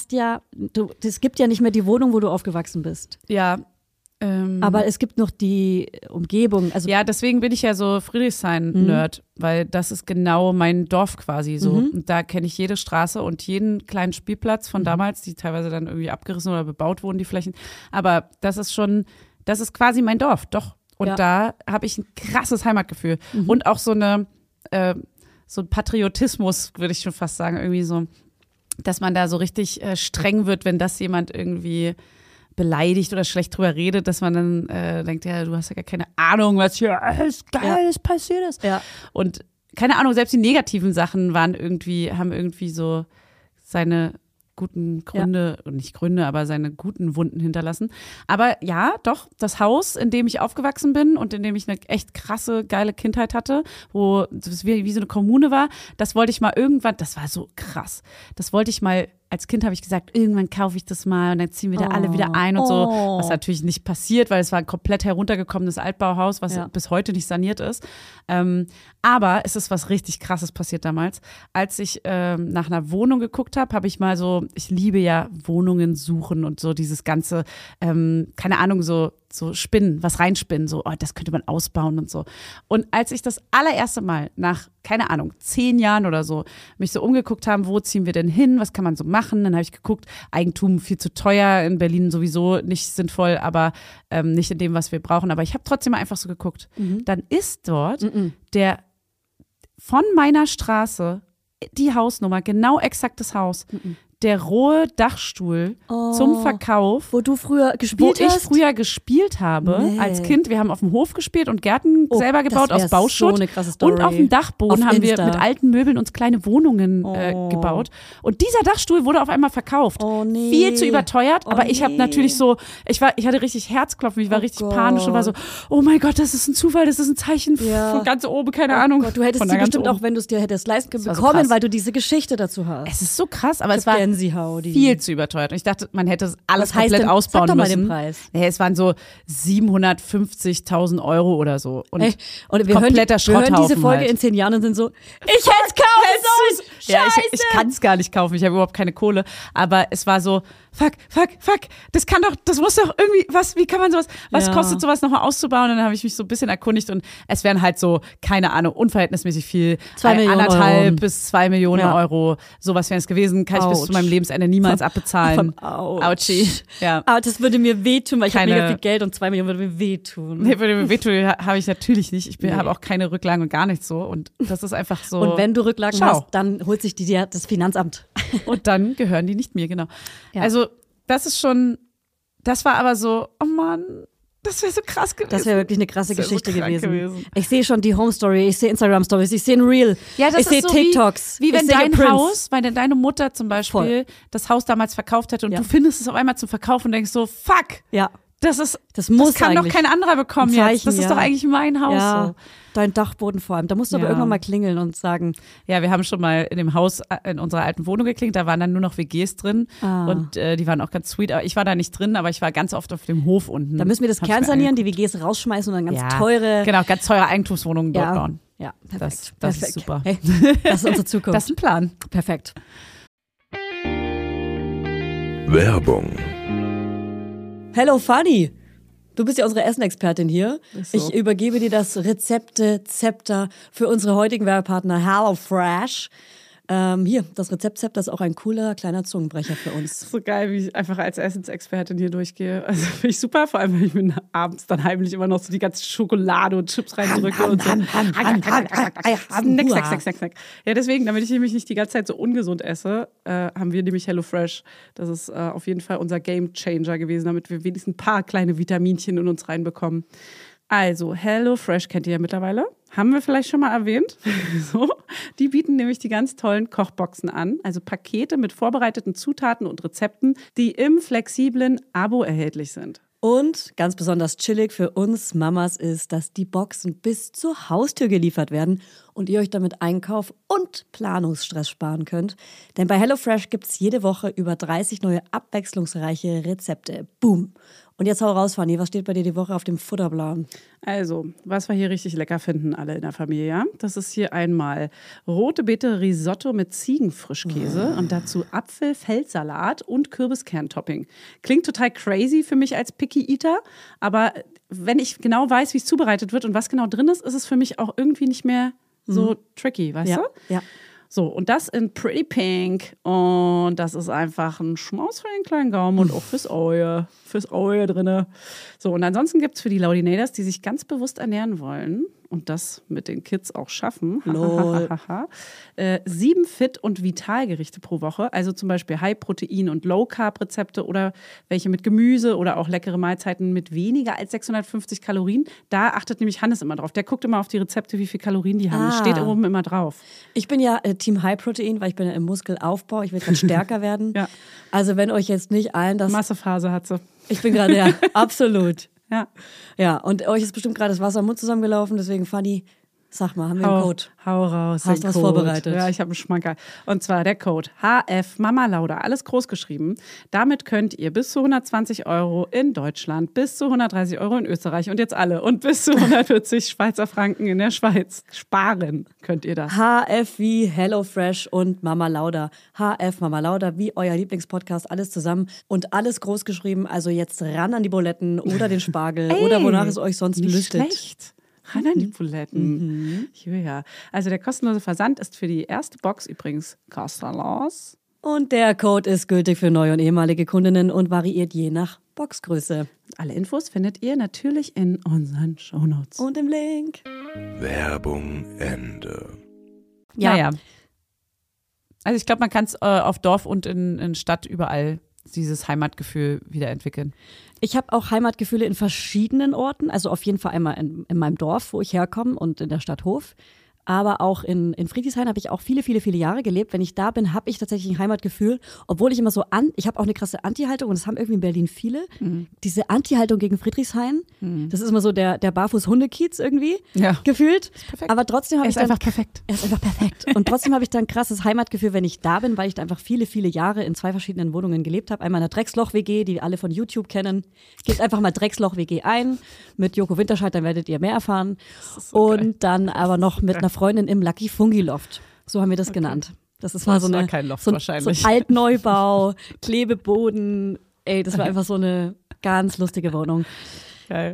es gibt ja nicht mehr die Wohnung, wo du aufgewachsen bist. Ja. Aber es gibt noch die Umgebung. Also ja, deswegen bin ich ja so Friedrichshain-Nerd, weil das ist genau mein Dorf quasi so. Und da kenne ich jede Straße und jeden kleinen Spielplatz von damals, die teilweise dann irgendwie abgerissen oder bebaut wurden, die Flächen. Aber das ist quasi mein Dorf, doch. Und da habe ich ein krasses Heimatgefühl. Und auch so ein Patriotismus, würde ich schon fast sagen, irgendwie so, dass man da so richtig streng wird, wenn das jemand irgendwie beleidigt oder schlecht drüber redet, dass man dann denkt, ja, du hast ja gar keine Ahnung, was hier alles Geiles passiert ist. Ja. Und keine Ahnung, selbst die negativen Sachen haben irgendwie so seine guten Gründe, nicht Gründe, aber seine guten Wunden hinterlassen. Aber ja, doch, das Haus, in dem ich aufgewachsen bin und in dem ich eine echt krasse, geile Kindheit hatte, wo das wie so eine Kommune war, das wollte ich mal irgendwann, das war so krass, das wollte ich mal, als Kind habe ich gesagt, irgendwann kaufe ich das mal und dann ziehen wir da alle wieder ein und so, was natürlich nicht passiert, weil es war ein komplett heruntergekommenes Altbauhaus, was bis heute nicht saniert ist. Aber es ist was richtig Krasses passiert damals. Als ich nach einer Wohnung geguckt habe ich mal so, ich liebe ja Wohnungen suchen und so dieses ganze, keine Ahnung, so spinnen, was reinspinnen, so, oh, das könnte man ausbauen und so. Und als ich das allererste Mal nach, keine Ahnung, 10 Jahren oder so, mich so umgeguckt haben, wo ziehen wir denn hin, was kann man so machen, dann habe ich geguckt, Eigentum viel zu teuer, in Berlin sowieso nicht sinnvoll, aber nicht in dem, was wir brauchen. Aber ich habe trotzdem einfach so geguckt. Dann ist dort der von meiner Straße die Hausnummer, genau exakt das Haus, der rohe Dachstuhl zum Verkauf. Wo du früher gespielt hast? Wo ich früher gespielt habe als Kind. Wir haben auf dem Hof gespielt und Gärten selber gebaut aus Bauschutt. So eine krasse Story. Und auf dem Dachboden haben wir mit alten Möbeln uns kleine Wohnungen gebaut. Und dieser Dachstuhl wurde auf einmal verkauft. Oh nee. Viel zu überteuert. Aber ich habe natürlich so, ich hatte richtig Herzklopfen. Ich war richtig panisch und war so, oh mein Gott, das ist ein Zufall, das ist ein Zeichen von ganz oben, keine Ahnung. Gott, du hättest sie bestimmt auch, wenn du es dir hättest leisten können, bekommen, weil du diese Geschichte dazu hast. Es ist so krass, aber es war viel zu überteuert. Und ich dachte, man hätte alles komplett ausbauen sag doch mal müssen. Den Preis. Nee, es waren so 750.000 € oder so. Und, und wir hören diese Folge in 10 Jahren und sind so, ich hätte es kaufen sollen. Ja, ich kann es gar nicht kaufen. Ich habe überhaupt keine Kohle. Aber es war so, fuck. Das muss doch irgendwie, wie kann man sowas, was kostet sowas nochmal auszubauen? Und dann habe ich mich so ein bisschen erkundigt und es wären halt so, keine Ahnung, unverhältnismäßig viel. 2 Millionen 1,5 bis 2 Millionen Euro. Sowas wäre es gewesen. Kann ich bis zu meinem Lebensende niemals abbezahlen. Ouchie. Ja. Aber das würde mir wehtun, weil ich habe mega viel Geld und 2 Millionen würde mir wehtun. Nee, würde mir wehtun, habe ich natürlich nicht. Ich habe auch keine Rücklagen und gar nichts so. Und das ist einfach so. Und wenn du Rücklagen hast, dann holt sich dir das Finanzamt. Und dann gehören die nicht mir, genau. Ja. Also, das war aber so, oh Mann, das wäre so krass gewesen. Das wäre wirklich eine krasse Geschichte gewesen. Ich sehe schon die Home Story, ich sehe Instagram Stories, ich sehe ein Reel, ich sehe TikToks. Wie wenn wenn deine Mutter zum Beispiel das Haus damals verkauft hätte und du findest es auf einmal zum Verkauf und denkst so, fuck. Ja. Das kann doch kein anderer bekommen jetzt. Das ist doch eigentlich mein Haus. Ja, so. Dein Dachboden vor allem. Da musst du aber irgendwann mal klingeln und sagen. Ja, wir haben schon mal in dem Haus in unserer alten Wohnung geklingelt. Da waren dann nur noch WGs drin und die waren auch ganz sweet. Aber ich war da nicht drin, aber ich war ganz oft auf dem Hof unten. Da müssen wir das kernsanieren, die WGs rausschmeißen und dann ganz teure. Genau, ganz teure Eigentumswohnungen dort bauen. Ja, perfekt. Das ist super. Hey, das ist unsere Zukunft. Das ist ein Plan. Perfekt. Werbung. Hello Fanny. Du bist ja unsere Essenexpertin hier. So. Ich übergebe dir das Rezepte-Zepter für unsere heutigen Werbepartner HelloFresh. Hier, das Rezeptzepter ist auch ein cooler kleiner Zungenbrecher für uns. So geil, wie ich einfach als Essensexpertin hier durchgehe. Also finde ich super, vor allem, wenn ich mir abends dann heimlich immer noch so die ganze Schokolade und Chips reindrücke und so. Snack. Ja, deswegen, damit ich nämlich nicht die ganze Zeit so ungesund esse, haben wir nämlich HelloFresh. Das ist auf jeden Fall unser Gamechanger gewesen, damit wir wenigstens ein paar kleine Vitaminchen in uns reinbekommen. Also, HelloFresh kennt ihr ja mittlerweile. Haben wir vielleicht schon mal erwähnt. So. Die bieten nämlich die ganz tollen Kochboxen an, also Pakete mit vorbereiteten Zutaten und Rezepten, die im flexiblen Abo erhältlich sind. Und ganz besonders chillig für uns Mamas ist, dass die Boxen bis zur Haustür geliefert werden und ihr euch damit Einkauf und Planungsstress sparen könnt. Denn bei HelloFresh gibt es jede Woche über 30 neue abwechslungsreiche Rezepte. Boom! Und jetzt hau raus, Fanny, was steht bei dir die Woche auf dem Futterplan? Also, was wir hier richtig lecker finden, alle in der Familie, ja? Das ist hier einmal rote Beete Risotto mit Ziegenfrischkäse und dazu Apfel-Feldsalat und Kürbiskerntopping. Klingt total crazy für mich als Picky Eater, aber wenn ich genau weiß, wie es zubereitet wird und was genau drin ist, ist es für mich auch irgendwie nicht mehr so tricky, weißt du? Ja. So, und das in Pretty Pink. Und das ist einfach ein Schmaus für den kleinen Gaumen und auch fürs Auge drinne. So, und ansonsten gibt es für die Laudinators, die sich ganz bewusst ernähren wollen und das mit den Kids auch schaffen, 7 Fit- und Vitalgerichte pro Woche. Also zum Beispiel High-Protein- und Low-Carb-Rezepte oder welche mit Gemüse oder auch leckere Mahlzeiten mit weniger als 650 Kalorien. Da achtet nämlich Hannes immer drauf. Der guckt immer auf die Rezepte, wie viele Kalorien die haben. Das steht oben immer drauf. Ich bin ja Team High-Protein, weil ich bin ja im Muskelaufbau. Ich will gerade stärker werden. Ja. Also wenn euch jetzt nicht allen das... Massephase hat sie. Ich bin gerade, ja, absolut. Ja, und euch ist bestimmt gerade das Wasser im Mund zusammengelaufen, deswegen Fanny, sag mal, haben wir einen Code? Hau raus. Hast du was vorbereitet? Ja, ich habe einen Schmankerl. Und zwar der Code HF Mama Lauda, alles groß geschrieben. Damit könnt ihr bis zu 120 € in Deutschland, bis zu 130 € in Österreich und jetzt alle und bis zu 140 Schweizer Franken in der Schweiz sparen könnt ihr das. HF wie HelloFresh und Mama Lauda. HF Mama Lauda wie euer Lieblingspodcast, alles zusammen und alles groß geschrieben. Also jetzt ran an die Buletten oder den Spargel oder wonach es euch sonst lüstet. Schlecht. Ran an die Buletten. Ja. Also der kostenlose Versand ist für die erste Box übrigens kostenlos. Und der Code ist gültig für neue und ehemalige Kundinnen und variiert je nach Boxgröße. Alle Infos findet ihr natürlich in unseren Shownotes. Und im Link. Werbung Ende. Ja. Naja. Also ich glaube, man kann es auf Dorf und in Stadt überall dieses Heimatgefühl wiederentwickeln. Ich habe auch Heimatgefühle in verschiedenen Orten, also auf jeden Fall einmal in meinem Dorf, wo ich herkomme und in der Stadt Hof. Aber auch in Friedrichshain habe ich auch viele, viele, viele Jahre gelebt. Wenn ich da bin, habe ich tatsächlich ein Heimatgefühl, obwohl ich immer so ich habe auch eine krasse Anti-Haltung und das haben irgendwie in Berlin viele. Diese Anti-Haltung gegen Friedrichshain, das ist immer so der Barfuß-Hundekiez irgendwie gefühlt. Aber trotzdem habe ich dann... einfach perfekt. Er ist einfach perfekt. Und trotzdem habe ich dann ein krasses Heimatgefühl, wenn ich da bin, weil ich da einfach viele, viele Jahre in 2 verschiedenen Wohnungen gelebt habe. Einmal in der Drecksloch-WG, die alle von YouTube kennen. Gebt einfach mal Drecksloch-WG ein mit Joko Winterscheid, dann werdet ihr mehr erfahren. So und geil. Dann aber noch mit einer Freundin im Lucky Fungi Loft. So haben wir das genannt. Das war so eine kein Loft so wahrscheinlich. Altneubau, Klebeboden. Ey, das war einfach so eine ganz lustige Wohnung. Geil.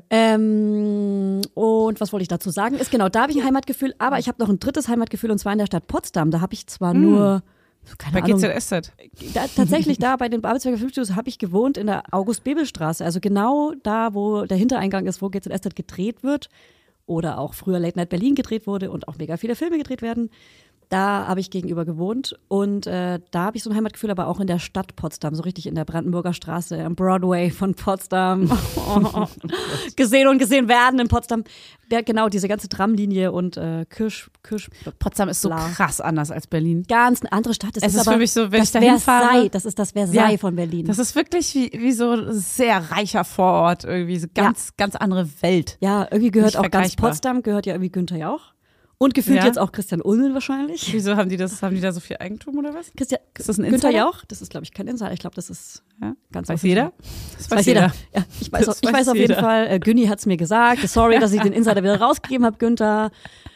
Und was wollte ich dazu sagen? Ist genau, da habe ich ein Heimatgefühl, aber ich habe noch ein drittes Heimatgefühl und zwar in der Stadt Potsdam. Da habe ich zwar nur keine Bei Ahnung. GZSZ. Tatsächlich da bei den Arbeitswerker 50 habe ich gewohnt in der August-Bebel-Straße. Also genau da, wo der Hintereingang ist, wo GZSZ gedreht wird. Oder auch früher Late Night Berlin gedreht wurde und auch mega viele Filme gedreht werden. Da habe ich gegenüber gewohnt und da habe ich so ein Heimatgefühl, aber auch in der Stadt Potsdam, so richtig in der Brandenburger Straße, am Broadway von Potsdam. Gesehen und gesehen werden in Potsdam. Ja, genau, diese ganze Tramlinie und Kirsch. Potsdam ist so krass anders als Berlin. Ganz eine andere Stadt. Es ist aber für mich so, wenn ich da hinfahre. Das ist das Versailles von Berlin. Das ist wirklich wie so ein sehr reicher Vorort, irgendwie so ganz andere Welt. Ja, irgendwie gehört auch ganz Potsdam, gehört ja irgendwie Günther Jauch. Und gefühlt jetzt auch Christian Ulmen wahrscheinlich. Wieso haben die da so viel Eigentum oder was? Ist das ein Günther Jauch? Das ist, glaube ich, kein Insider. Ich glaube, das ist ganz Weiß jeder? Das weiß jeder. Ja, ich weiß auf jeden Fall, Günni hat es mir gesagt. Sorry, dass ich den Insider wieder rausgegeben habe, Günther.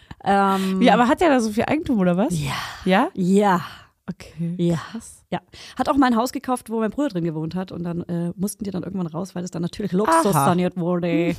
Aber hat der da so viel Eigentum oder was? Ja. Ja? Ja. Okay. Ja. Ja. Hat auch mal ein Haus gekauft, wo mein Bruder drin gewohnt hat und dann mussten die dann irgendwann raus, weil es dann natürlich Luxus saniert wurde.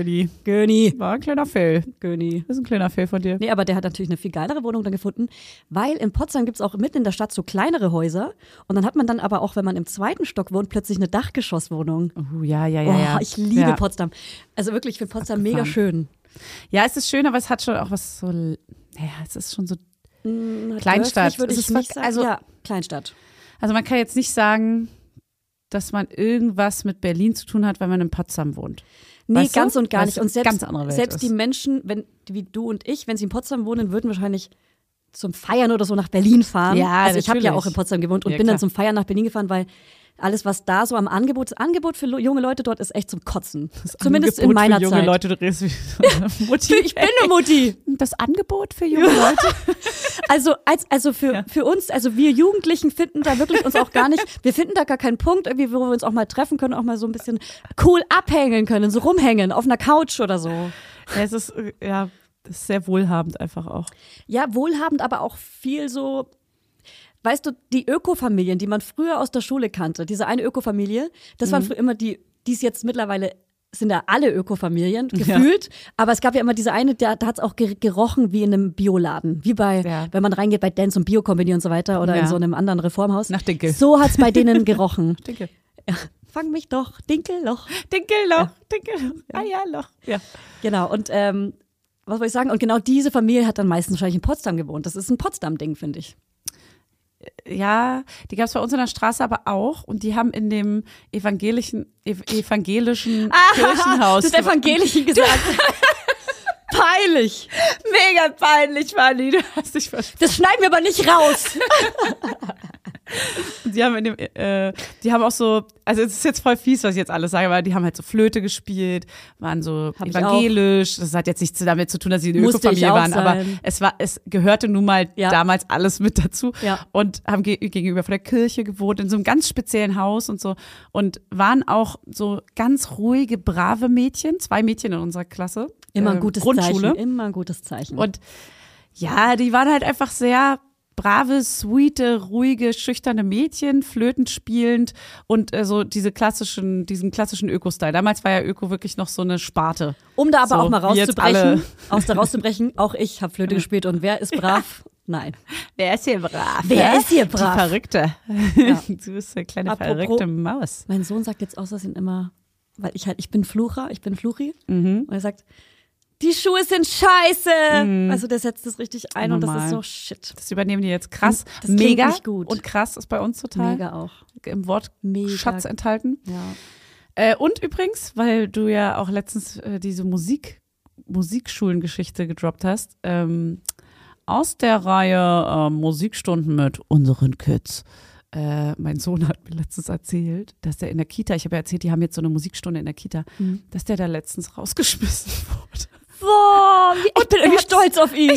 Göni. War ein kleiner Fail. Göni. Das ist ein kleiner Fail von dir. Nee, aber der hat natürlich eine viel geilere Wohnung dann gefunden, weil in Potsdam gibt es auch mitten in der Stadt so kleinere Häuser und dann hat man dann aber auch, wenn man im 2. Stock wohnt, plötzlich eine Dachgeschosswohnung. Ja. Ich liebe Potsdam. Also wirklich, ich finde Potsdam mega schön. Ja, es ist schön, aber es hat schon auch was so, es ist schon so Kleinstadt. Würde ich nicht sagen. Also, Kleinstadt. Also man kann jetzt nicht sagen, dass man irgendwas mit Berlin zu tun hat, weil man in Potsdam wohnt. Nee, ganz und gar nicht. Und selbst die Menschen, wie du und ich, wenn sie in Potsdam wohnen, würden wahrscheinlich zum Feiern oder so nach Berlin fahren. Ja, also ich habe ja auch in Potsdam gewohnt und bin dann zum Feiern nach Berlin gefahren, weil alles, was da so am Angebot, das Angebot für junge Leute dort ist echt zum Kotzen. Zumindest in meiner Zeit. Junge Leute, du redest wie so eine Mutti. Ich bin eine Mutti. Das Angebot für junge Leute? Also für uns, also wir Jugendlichen finden da wirklich uns auch gar nicht, wir finden da gar keinen Punkt, irgendwie, wo wir uns auch mal treffen können, auch mal so ein bisschen cool abhängen können, so rumhängen, auf einer Couch oder so. Ja, das ist sehr wohlhabend einfach auch. Ja, wohlhabend, aber auch viel so. Weißt du, die Öko-Familien, die man früher aus der Schule kannte, diese eine Öko-Familie, das waren früher immer die es jetzt mittlerweile sind da alle Öko-Familien gefühlt, aber es gab ja immer diese eine, da hat es auch gerochen wie in einem Bioladen, wie wenn man reingeht bei Dance und Bio-Company und so weiter oder in so einem anderen Reformhaus. Nach Dinkel. So hat es bei denen gerochen. Dinkel. Ja, fang mich doch, Dinkelloch. Dinkelloch, Dinkelloch, Eierloch. Ja. Genau, und was wollte ich sagen? Und genau diese Familie hat dann meistens wahrscheinlich in Potsdam gewohnt. Das ist ein Potsdam-Ding, finde ich. Ja, die gab es bei uns in der Straße aber auch und die haben in dem evangelischen Kirchenhaus. Das Evangelischen gesagt. Peinlich. Mega peinlich, Manni, du hast dich versprochen. Das schneiden wir aber nicht raus. Die haben auch so, also es ist jetzt voll fies, was ich jetzt alles sage, aber die haben halt so Flöte gespielt, waren so evangelisch. Das hat jetzt nichts damit zu tun, dass sie eine Öko-Familie waren, aber es gehörte nun mal damals alles mit dazu und haben gegenüber von der Kirche gewohnt, in so einem ganz speziellen Haus und so und waren auch so ganz ruhige, brave Mädchen, 2 Mädchen in unserer Klasse. Immer ein gutes Grundschule. Zeichen. Immer ein gutes Zeichen. Und ja, die waren halt einfach sehr brave, sweete, ruhige, schüchterne Mädchen, Flöten spielend und so diesen klassischen Öko-Style. Damals war ja Öko wirklich noch so eine Sparte. Um da aber auch mal rauszubrechen, auch ich habe Flöte gespielt und wer ist brav? Nein. Wer ist hier brav? Wer ist hier brav? Die Verrückte. Ja. Du bist eine kleine verrückte Maus. Mein Sohn sagt jetzt aus Versehen immer, weil ich bin Flucher, ich bin Fluri und er sagt, die Schuhe sind scheiße. Also der setzt das richtig ein und das ist so shit. Das übernehmen die jetzt krass. Das mega nicht gut. Und krass ist bei uns total. Mega auch. Im Wort Mega. Schatz enthalten. Ja. Und übrigens, weil du ja auch letztens diese Musikschulengeschichte gedroppt hast, aus der Reihe Musikstunden mit unseren Kids. Mein Sohn hat mir letztens erzählt, dass der in der Kita, ich habe ja erzählt, die haben jetzt so eine Musikstunde in der Kita, dass der da letztens rausgeschmissen wurde. Boah, ich bin irgendwie stolz auf ihn.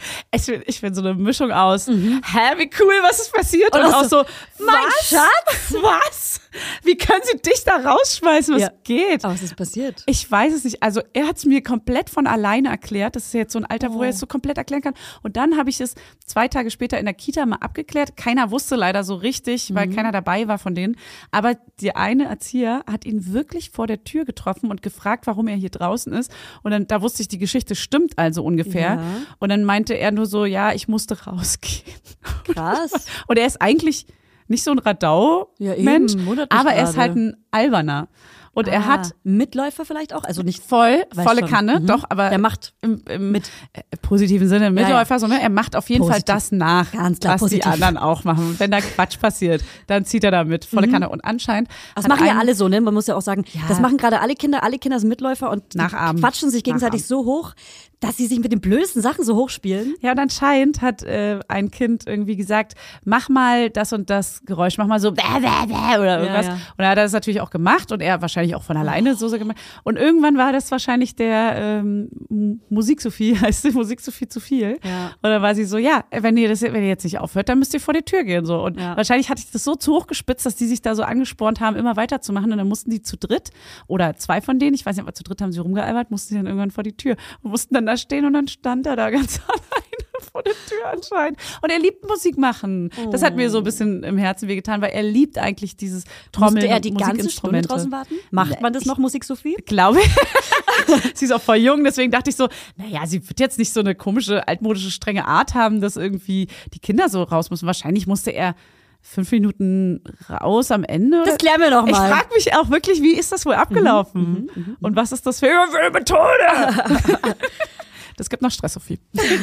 Ich bin so eine Mischung aus, hä, wie cool, was ist passiert? Und auch so, mein Schatz? Was? Wie können sie dich da rausschmeißen? Was geht? Aber was ist passiert? Ich weiß es nicht. Also er hat es mir komplett von alleine erklärt. Das ist jetzt so ein Alter, wo er es so komplett erklären kann. Und dann habe ich es 2 Tage später in der Kita mal abgeklärt. Keiner wusste leider so richtig, weil keiner dabei war von denen. Aber der eine Erzieher hat ihn wirklich vor der Tür getroffen und gefragt, warum er hier draußen ist. Und dann, da wusste ich, die Geschichte stimmt also ungefähr. Ja. Und dann meinte er nur so, ja, ich musste rausgehen. Krass. Und er ist eigentlich nicht so ein Ja, Radau-Mensch, eben, wundert mich aber er ist gerade. halt ein Alberner. Und er hat Mitläufer vielleicht auch, also nicht volle schon. Kanne, doch, aber der macht im positiven Sinne Mitläufer, so, ne? Er macht auf jeden Fall Positiv. das nach, Ganz klar, was positiv. die anderen auch machen. Und wenn da Quatsch passiert, dann zieht er da mit, volle Kanne. Und anscheinend das hat machen ja ein- alle so, ne? Man muss ja auch sagen, das machen gerade alle Kinder sind Mitläufer und die Nachahmen. quatschen sich gegenseitig so hoch, dass sie sich mit den blödesten Sachen so hochspielen. Ja, und anscheinend hat ein Kind irgendwie gesagt, mach mal das und das Geräusch, mach mal so bäh, bäh, bäh oder irgendwas. ja. Und er hat das natürlich auch gemacht und er wahrscheinlich auch von alleine so gemacht. Und irgendwann war das wahrscheinlich der Musik-Sophie, heißt die Musik-Sophie zu viel. Ja. Und dann war sie so, ja, wenn ihr jetzt nicht aufhört, dann müsst ihr vor die Tür gehen. So. Und wahrscheinlich hatte ich das so zu hoch gespitzt, dass die sich da so angespornt haben, immer weiterzumachen. Und dann mussten die zu dritt oder 2 von denen, ich weiß nicht, aber zu dritt haben sie rumgealbert, mussten sie dann irgendwann vor die Tür und mussten dann da stehen und dann stand er da ganz alleine vor der Tür anscheinend. Und er liebt Musik machen. Das hat mir so ein bisschen im Herzen wehgetan, weil er liebt eigentlich dieses Trommeln Musste er und die ganze Stunde Musikinstrumente. draußen warten? Macht man das noch, Musik, Sophie? Glaube sie ist auch voll jung, deswegen dachte ich so, naja, sie wird jetzt nicht so eine komische, altmodische, strenge Art haben, dass irgendwie die Kinder so raus müssen. Wahrscheinlich musste er 5 Minuten raus am Ende. Das klären wir noch mal. Ich frage mich auch wirklich, wie ist das wohl abgelaufen? Und was ist das für eine Methode? Das gibt noch Stress, Sophie.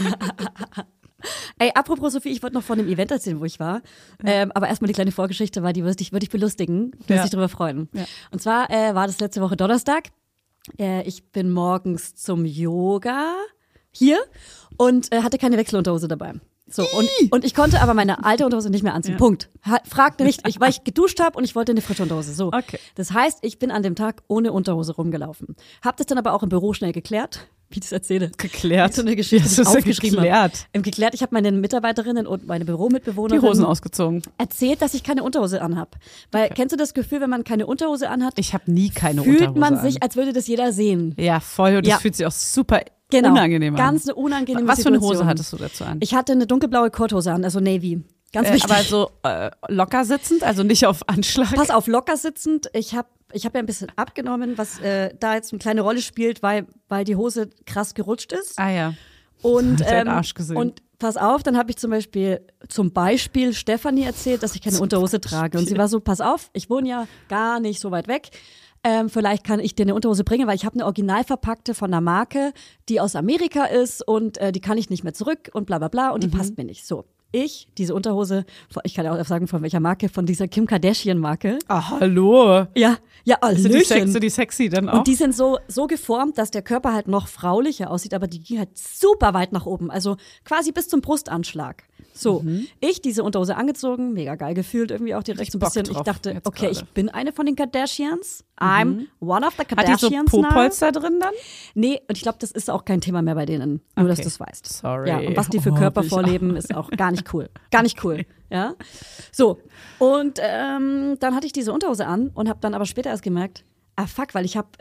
Ey, apropos Sophie, ich wollte noch von dem Event erzählen, wo ich war. Aber erstmal die kleine Vorgeschichte, weil die würde dich belustigen. Du wirst dich darüber freuen. Ja. Und zwar war das letzte Woche Donnerstag. Ich bin morgens zum Yoga hier und hatte keine Wechselunterhose dabei. So, und ich konnte aber meine alte Unterhose nicht mehr anziehen. Punkt. Fragte nicht, weil ich geduscht habe und ich wollte eine frische Unterhose. So. Okay. Das heißt, ich bin an dem Tag ohne Unterhose rumgelaufen. Hab das dann aber auch im Büro schnell geklärt, wie ich das erzähle. Geklärt. So eine Geschichte, Wie hast die ich du das aufgeschrieben geklärt? habe. Geklärt. Ich habe meine Mitarbeiterinnen und meine Die Büromitbewohnerin Hosen ausgezogen. erzählt, dass ich keine Unterhose anhab. Weil kennst du das Gefühl, wenn man keine Unterhose anhat, Ich habe nie keine fühlt Unterhose man an. sich, als würde das jeder sehen. Ja, voll. Und das Ja. fühlt sich auch super Genau. unangenehm an. Ganz eine unangenehme Was für eine Situation. Hose hattest du dazu an? Ich hatte eine dunkelblaue Korthose an, also Navy. Ganz wichtig. Aber so locker sitzend, also nicht auf Anschlag. Pass auf, locker sitzend. Ich hab ja ein bisschen abgenommen, was da jetzt eine kleine Rolle spielt, weil die Hose krass gerutscht ist. Ah ja. Und, Dein Arsch gesehen. und pass auf, dann habe ich zum Beispiel Stefanie erzählt, dass ich keine Unterhose trage. Und sie war so, pass auf, ich wohne ja gar nicht so weit weg. Vielleicht kann ich dir eine Unterhose bringen, weil ich habe eine original verpackte von einer Marke, die aus Amerika ist und die kann ich nicht mehr zurück und bla bla bla und die passt mir nicht. So, diese Unterhose, ich kann ja auch sagen, von welcher Marke, von dieser Kim Kardashian-Marke. Ah, hallo. Ja, Sind die sexy dann auch? und die sind so geformt, dass der Körper halt noch fraulicher aussieht, aber die ging halt super weit nach oben, also quasi bis zum Brustanschlag. So, ich diese Unterhose angezogen, mega geil gefühlt, irgendwie auch direkt so ein Bock bisschen. Ich drauf dachte, jetzt okay, gerade. ich bin eine von den Kardashians. I'm one of the Hat die so Kardashians now. Po-Polster drin dann? Nee, und ich glaube, das ist auch kein Thema mehr bei denen. Nur, dass Okay. du es weißt. Sorry. Ja, und was die für Oh, Körper will ich vorleben, ist auch gar nicht cool. Gar nicht cool. Ja. So. Und dann hatte ich diese Unterhose an und habe dann aber später erst gemerkt, fuck, weil ich habe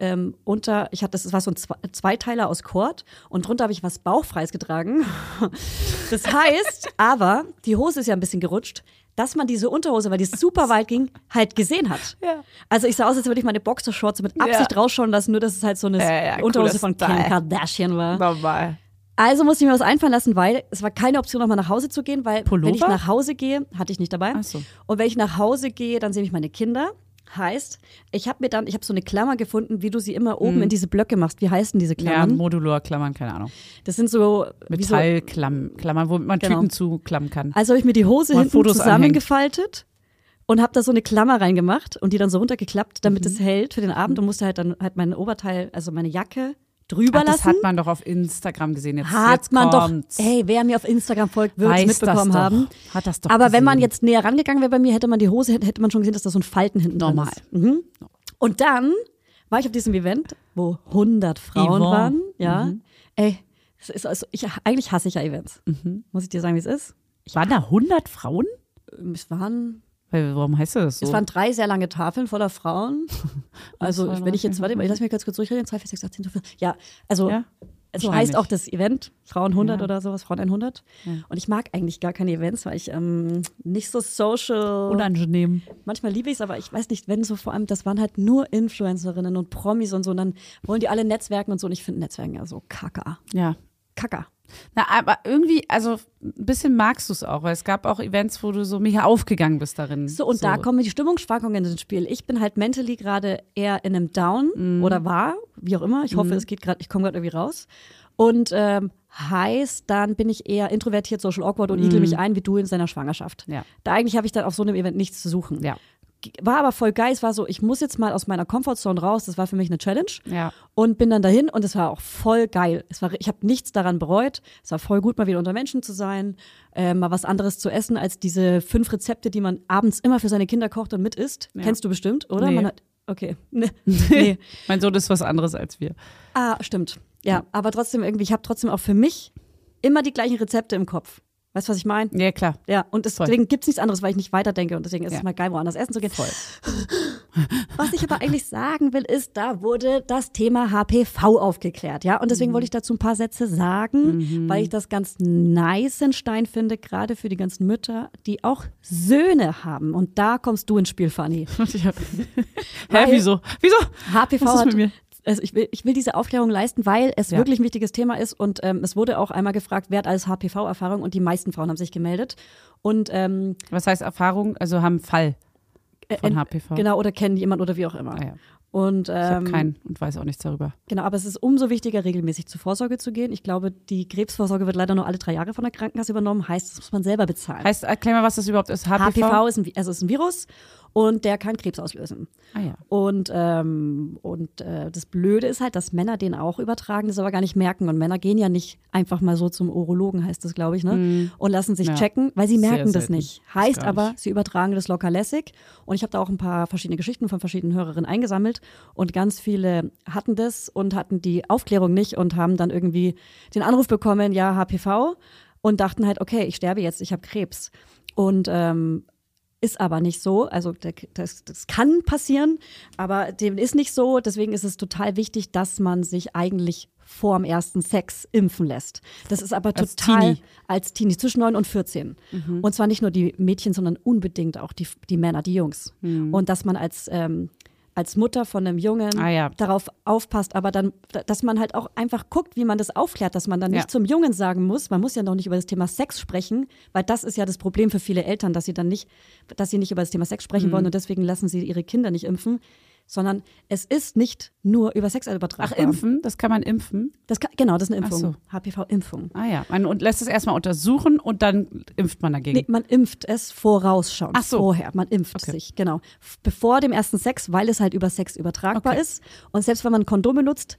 das war so ein Zweiteiler aus Kord und drunter habe ich was Bauchfreies getragen. Das heißt, aber die Hose ist ja ein bisschen gerutscht, dass man diese Unterhose, weil die super weit ging, halt gesehen hat. Ja. Also ich sah aus, als würde ich meine Boxershorts mit Absicht rausschauen lassen, nur dass es halt so eine Unterhose von Kim Style. Kardashian war. Normal. Also musste ich mir was einfallen lassen, weil es war keine Option, nochmal nach Hause zu gehen, weil Pullover? wenn ich nach Hause gehe, hatte ich nicht dabei. Ach so. Und wenn ich nach Hause gehe, dann sehe ich meine Kinder. Heißt, ich habe so eine Klammer gefunden, wie du sie immer oben in diese Blöcke machst. Wie heißen diese Klammern? Ja, Modularklammern, keine Ahnung. Das sind so Metallklammern, womit man Tüten zuklappen kann. Also habe ich mir die Hose hinten Fotos zusammengefaltet und habe da so eine Klammer reingemacht und die dann so runtergeklappt, damit es hält für den Abend und musste halt mein Oberteil, also meine Jacke drüber lassen. Das hat man doch auf Instagram gesehen. Jetzt Doch. Ey, wer mir auf Instagram folgt, wird es mitbekommen haben. Hat das doch Aber gesehen. wenn man jetzt näher rangegangen wäre bei mir, hätte man die Hose, hätte man schon gesehen, dass da so ein Falten hinten drin ist. Mhm. Und dann war ich auf diesem Event, wo 100 Frauen waren. Ja. Ey, eigentlich hasse ich ja Events. Muss ich dir sagen, wie es ist? Waren da 100 Frauen? Es waren... Warum heißt das so? Es waren 3 sehr lange Tafeln voller Frauen. Also, wenn ich jetzt, warte mal, ich lasse mich ganz kurz durchreden. 2, 4, 6, 8, 10, 12, ja, also, so heißt auch das Event, Frauen 100 oder sowas, Frauen 100. Ja. Und ich mag eigentlich gar keine Events, weil ich nicht so social. Unangenehm. Manchmal liebe ich es, aber ich weiß nicht, wenn so vor allem, das waren halt nur Influencerinnen und Promis und so. Und dann wollen die alle netzwerken und so. Und ich finde Netzwerken ja so kacke. Ja. Kacke. Na, aber irgendwie, also ein bisschen magst du es auch, weil es gab auch Events, wo du so mega aufgegangen bist darin. So, und da kommen die Stimmungsschwankungen ins Spiel. Ich bin halt mentally gerade eher in einem Down oder war, wie auch immer. Ich hoffe, ich komme gerade irgendwie raus. Und heißt, dann bin ich eher introvertiert, social awkward und igel mich ein, wie du in seiner Schwangerschaft. Ja. Da eigentlich habe ich dann auf so einem Event nichts zu suchen. Ja. War aber voll geil. Es war so, ich muss jetzt mal aus meiner Comfortzone raus. Das war für mich eine Challenge. Ja. Und bin dann dahin und es war auch voll geil. Ich habe nichts daran bereut. Es war voll gut, mal wieder unter Menschen zu sein, mal was anderes zu essen als diese 5 Rezepte, die man abends immer für seine Kinder kocht und mit isst. Ja. Kennst du bestimmt, oder? Nee. Okay. Nee. Mein Sohn ist was anderes als wir. Ah, stimmt. Ja, aber trotzdem irgendwie, ich habe trotzdem auch für mich immer die gleichen Rezepte im Kopf. Weißt du, was ich meine? Ja, klar. Ja, und deswegen gibt es nichts anderes, weil ich nicht weiterdenke und deswegen ist es mal geil, woanders essen zu gehen. Voll. Was ich aber eigentlich sagen will, ist, da wurde das Thema HPV aufgeklärt, ja, und deswegen wollte ich dazu ein paar Sätze sagen, weil ich das ganz nice in Stein finde, gerade für die ganzen Mütter, die auch Söhne haben und da kommst du ins Spiel, Fanny. Hä, wieso? HPV was ist hat, mit mir? also ich will diese Aufklärung leisten, weil es wirklich ein wichtiges Thema ist und es wurde auch einmal gefragt, wer hat alles HPV-Erfahrung und die meisten Frauen haben sich gemeldet. Und was heißt Erfahrung? Also haben Fall von HPV? Genau, oder kennen jemanden oder wie auch immer. Ah, ja. Und, ich habe keinen und weiß auch nichts darüber. Genau, aber es ist umso wichtiger, regelmäßig zur Vorsorge zu gehen. Ich glaube, die Krebsvorsorge wird leider nur alle 3 Jahre von der Krankenkasse übernommen. Heißt, das muss man selber bezahlen. Heißt, erklär mal, was das überhaupt ist. HPV ist ein Virus und der kann Krebs auslösen. Ah ja. Und das Blöde ist halt, dass Männer den auch übertragen, das aber gar nicht merken. Und Männer gehen ja nicht einfach mal so zum Urologen, heißt das, glaube ich, ne? Und lassen sich checken, weil sie merken das nicht. Heißt aber, sie übertragen das locker lässig. Und ich habe da auch ein paar verschiedene Geschichten von verschiedenen Hörerinnen eingesammelt. Und ganz viele hatten das und hatten die Aufklärung nicht und haben dann irgendwie den Anruf bekommen, ja, HPV. Und dachten halt, okay, ich sterbe jetzt, ich habe Krebs. Und ist aber nicht so, also das kann passieren, aber dem ist nicht so. Deswegen ist es total wichtig, dass man sich eigentlich vor dem ersten Sex impfen lässt. Das ist aber total als Teenie zwischen 9 und 14. Und zwar nicht nur die Mädchen, sondern unbedingt auch die Männer, die Jungs. Und dass man als Mutter von einem Jungen darauf aufpasst, aber dann, dass man halt auch einfach guckt, wie man das aufklärt, dass man dann nicht zum Jungen sagen muss, man muss ja noch nicht über das Thema Sex sprechen, weil das ist ja das Problem für viele Eltern, dass sie nicht über das Thema Sex sprechen wollen und deswegen lassen sie ihre Kinder nicht impfen, sondern es ist nicht nur über Sex übertragbar. Ach, impfen? Das kann man impfen? Genau, das ist eine Impfung. So. HPV-Impfung. Ah ja, und lässt es erstmal untersuchen und dann impft man dagegen? Nee, man impft es vorausschauend. Ach so. Vorher. Man impft sich, genau. Bevor dem ersten Sex, weil es halt über Sex übertragbar ist. Und selbst wenn man ein Kondom benutzt,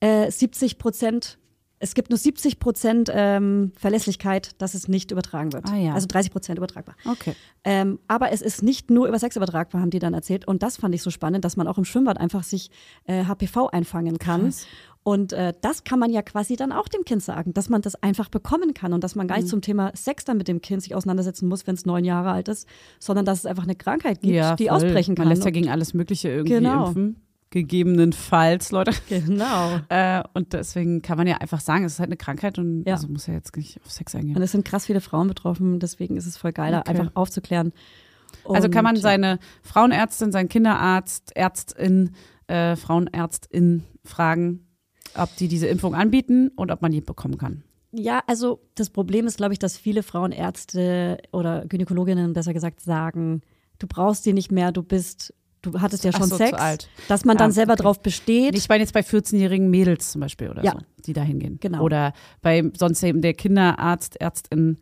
70%, es gibt nur 70% Verlässlichkeit, dass es nicht übertragen wird. Ah, ja. Also 30% übertragbar. Okay. Aber es ist nicht nur über Sex übertragbar, haben die dann erzählt. Und das fand ich so spannend, dass man auch im Schwimmbad einfach sich HPV einfangen kann. Krass. Und das kann man ja quasi dann auch dem Kind sagen, dass man das einfach bekommen kann und dass man gar nicht zum Thema Sex dann mit dem Kind sich auseinandersetzen muss, wenn es 9 Jahre alt ist, sondern dass es einfach eine Krankheit gibt, die ausbrechen kann. Man lässt ja gegen alles Mögliche irgendwie impfen. Gegebenenfalls, Leute. Genau. Und deswegen kann man ja einfach sagen, es ist halt eine Krankheit und also muss ja jetzt nicht auf Sex eingehen. Und es sind krass viele Frauen betroffen, deswegen ist es voll geil, einfach aufzuklären. Und also kann man seine Frauenärztin, seinen Kinderarzt, Ärztin, Frauenärztin fragen, ob die diese Impfung anbieten und ob man die bekommen kann. Ja, also das Problem ist, glaube ich, dass viele Frauenärzte oder Gynäkologinnen besser gesagt sagen, du brauchst die nicht mehr, du du hattest ja Ach schon so, Sex, zu alt. dass man dann selber okay. drauf besteht. Ich meine jetzt bei 14-jährigen Mädels zum Beispiel oder Ja. so, die da hingehen. Genau. Oder bei sonst eben der Kinderarzt, Ärztin.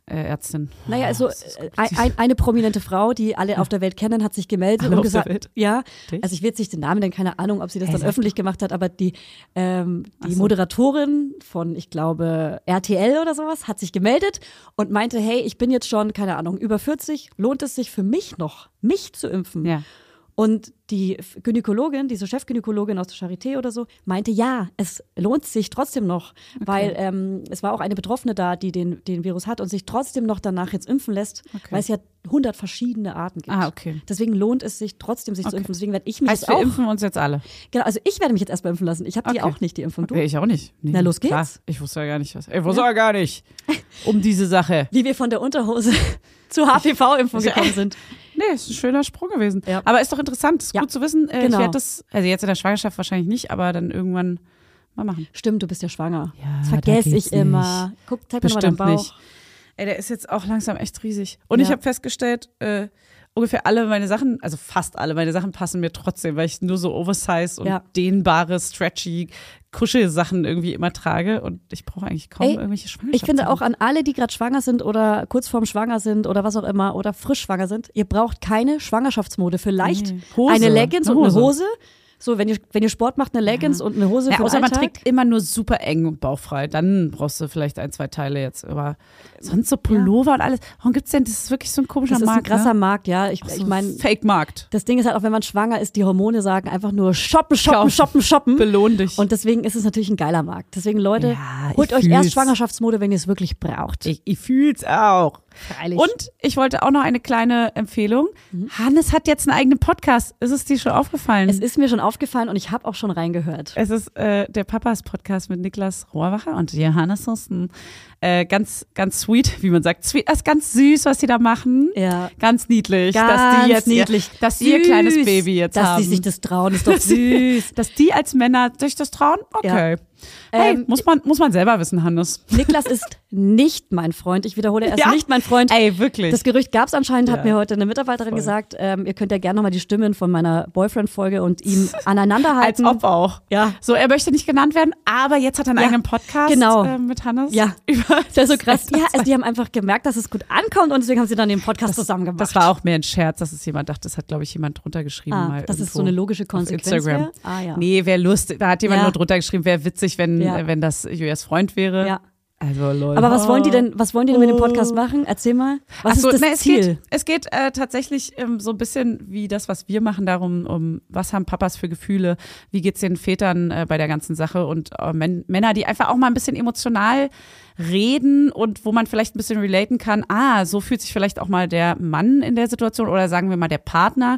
Naja, also eine prominente Frau, die alle auf der Welt kennen, hat sich gemeldet Alle und auf der gesagt, Welt? ja, Echt? also ich will jetzt nicht den Namen nennen, keine Ahnung, ob sie das dann sag öffentlich gemacht hat, aber die so. Moderatorin von, ich glaube, RTL oder sowas, hat sich gemeldet und meinte, hey, ich bin jetzt schon, keine Ahnung, über 40, lohnt es sich für mich noch, mich zu impfen? Ja. Und die Gynäkologin, diese Chefgynäkologin aus der Charité oder so, meinte, ja, es lohnt sich trotzdem noch, weil es war auch eine Betroffene da, die den Virus hat und sich trotzdem noch danach jetzt impfen lässt, weil es ja 100 verschiedene Arten gibt. Ah, okay. Deswegen lohnt es sich trotzdem, sich zu impfen. Deswegen werde ich mich Heißt, jetzt wir auch. impfen uns jetzt alle. Genau, also ich werde mich jetzt erstmal impfen lassen. Ich habe die Okay. auch nicht, die Impfung. Du? Okay, ich auch nicht. Nee, Na, los geht's. Klar. Ich wusste ja gar nicht, was. Ich wusste ja gar nicht um diese Sache. Wie wir von der Unterhose zur HPV-Impfung gekommen sind. Nee, ist ein schöner Sprung gewesen. Ja. Aber ist doch interessant, ist Ja. gut zu wissen. Ich Genau. werde das, also jetzt in der Schwangerschaft wahrscheinlich nicht, aber dann irgendwann mal machen. Stimmt, du bist ja schwanger. Ja, das da vergesse geht's ich immer. Guck, zeig mir mal deinen Bestimmt Bauch. nicht. Ey, der ist jetzt auch langsam echt riesig. Und Ja. ich habe festgestellt, ungefähr alle meine Sachen, also fast alle meine Sachen passen mir trotzdem, weil ich nur so oversized und Ja. dehnbare, stretchy Kuschelsachen irgendwie immer trage und ich brauche eigentlich kaum irgendwelche Schwangerschaften. Ich finde auch an alle, die gerade schwanger sind oder kurz vorm Schwanger sind oder was auch immer oder frisch schwanger sind, ihr braucht keine Schwangerschaftsmode. Vielleicht Nee. Hose. eine Leggings Eine und eine Hose. Hose. So, wenn ihr Sport macht, eine Leggings und eine Hose ja, für den außer man Alltag. trägt immer nur super eng und bauchfrei. Dann brauchst du vielleicht 1, 2 Teile jetzt. Aber sonst so Pullover und alles. Warum gibt's denn, das ist wirklich so ein komischer Das ist Markt. ein krasser ne? Markt, ja. Ich So meine, Fake-Markt. das Ding ist halt auch, wenn man schwanger ist, die Hormone sagen einfach nur shoppen. Belohn dich. Und deswegen ist es natürlich ein geiler Markt. Deswegen, Leute, Ja, holt ich euch erst fühl's. Schwangerschaftsmode, wenn ihr es wirklich braucht. Ich fühl's auch. Freilich. Und ich wollte auch noch eine kleine Empfehlung. Hannes hat jetzt einen eigenen Podcast. Ist es dir schon aufgefallen? Es ist mir schon aufgefallen und ich habe auch schon reingehört. Es ist der Papas-Podcast mit Niklas Rohrwacher und Johannes Husten. Ganz, ganz sweet, wie man sagt. Sweet, das ist ganz süß, was sie da machen. Ja. Ganz niedlich. dass Ganz die jetzt niedlich. dass die ihr Süß. kleines Baby jetzt dass haben. die sich das trauen, ist doch süß. Dass die als Männer sich das trauen? Okay. Hey, muss man selber wissen, Hannes. Niklas ist nicht mein Freund. Ich wiederhole, er ist Ja. nicht mein Freund. Ey, wirklich. Das Gerücht gab es anscheinend, hat Ja. mir heute eine Mitarbeiterin Voll. gesagt. Ihr könnt ja gerne nochmal die Stimmen von meiner Boyfriend-Folge und ihm aneinander Als halten. ob auch. Ja. So, er möchte nicht genannt werden, aber jetzt hat er einen Ja, eigenen Podcast genau. Mit Hannes. Ja. Über Das ist so krass. Ja, 2022. also die haben einfach gemerkt, dass es gut ankommt und deswegen haben sie dann den Podcast zusammen gemacht. Das war auch mehr ein Scherz, dass es jemand dachte, das hat, glaube ich, jemand drunter geschrieben. mal dass es irgendwo so eine logische auf Konsequenz Instagram. wäre. Ah, ja. Nee, wäre lustig. Da hat jemand Ja. nur drunter geschrieben, wäre witzig, wenn, Ja. wenn das Julias Freund wäre. Ja. Also, Leute. Aber was wollen die denn mit dem Podcast machen? Erzähl mal. Was Ach so, ist das ne, Ziel? Es geht tatsächlich so ein bisschen wie das, was wir machen, darum, um was haben Papas für Gefühle, wie geht's den Vätern bei der ganzen Sache und Männer, die einfach auch mal ein bisschen emotional reden und wo man vielleicht ein bisschen relaten kann, so fühlt sich vielleicht auch mal der Mann in der Situation oder sagen wir mal der Partner,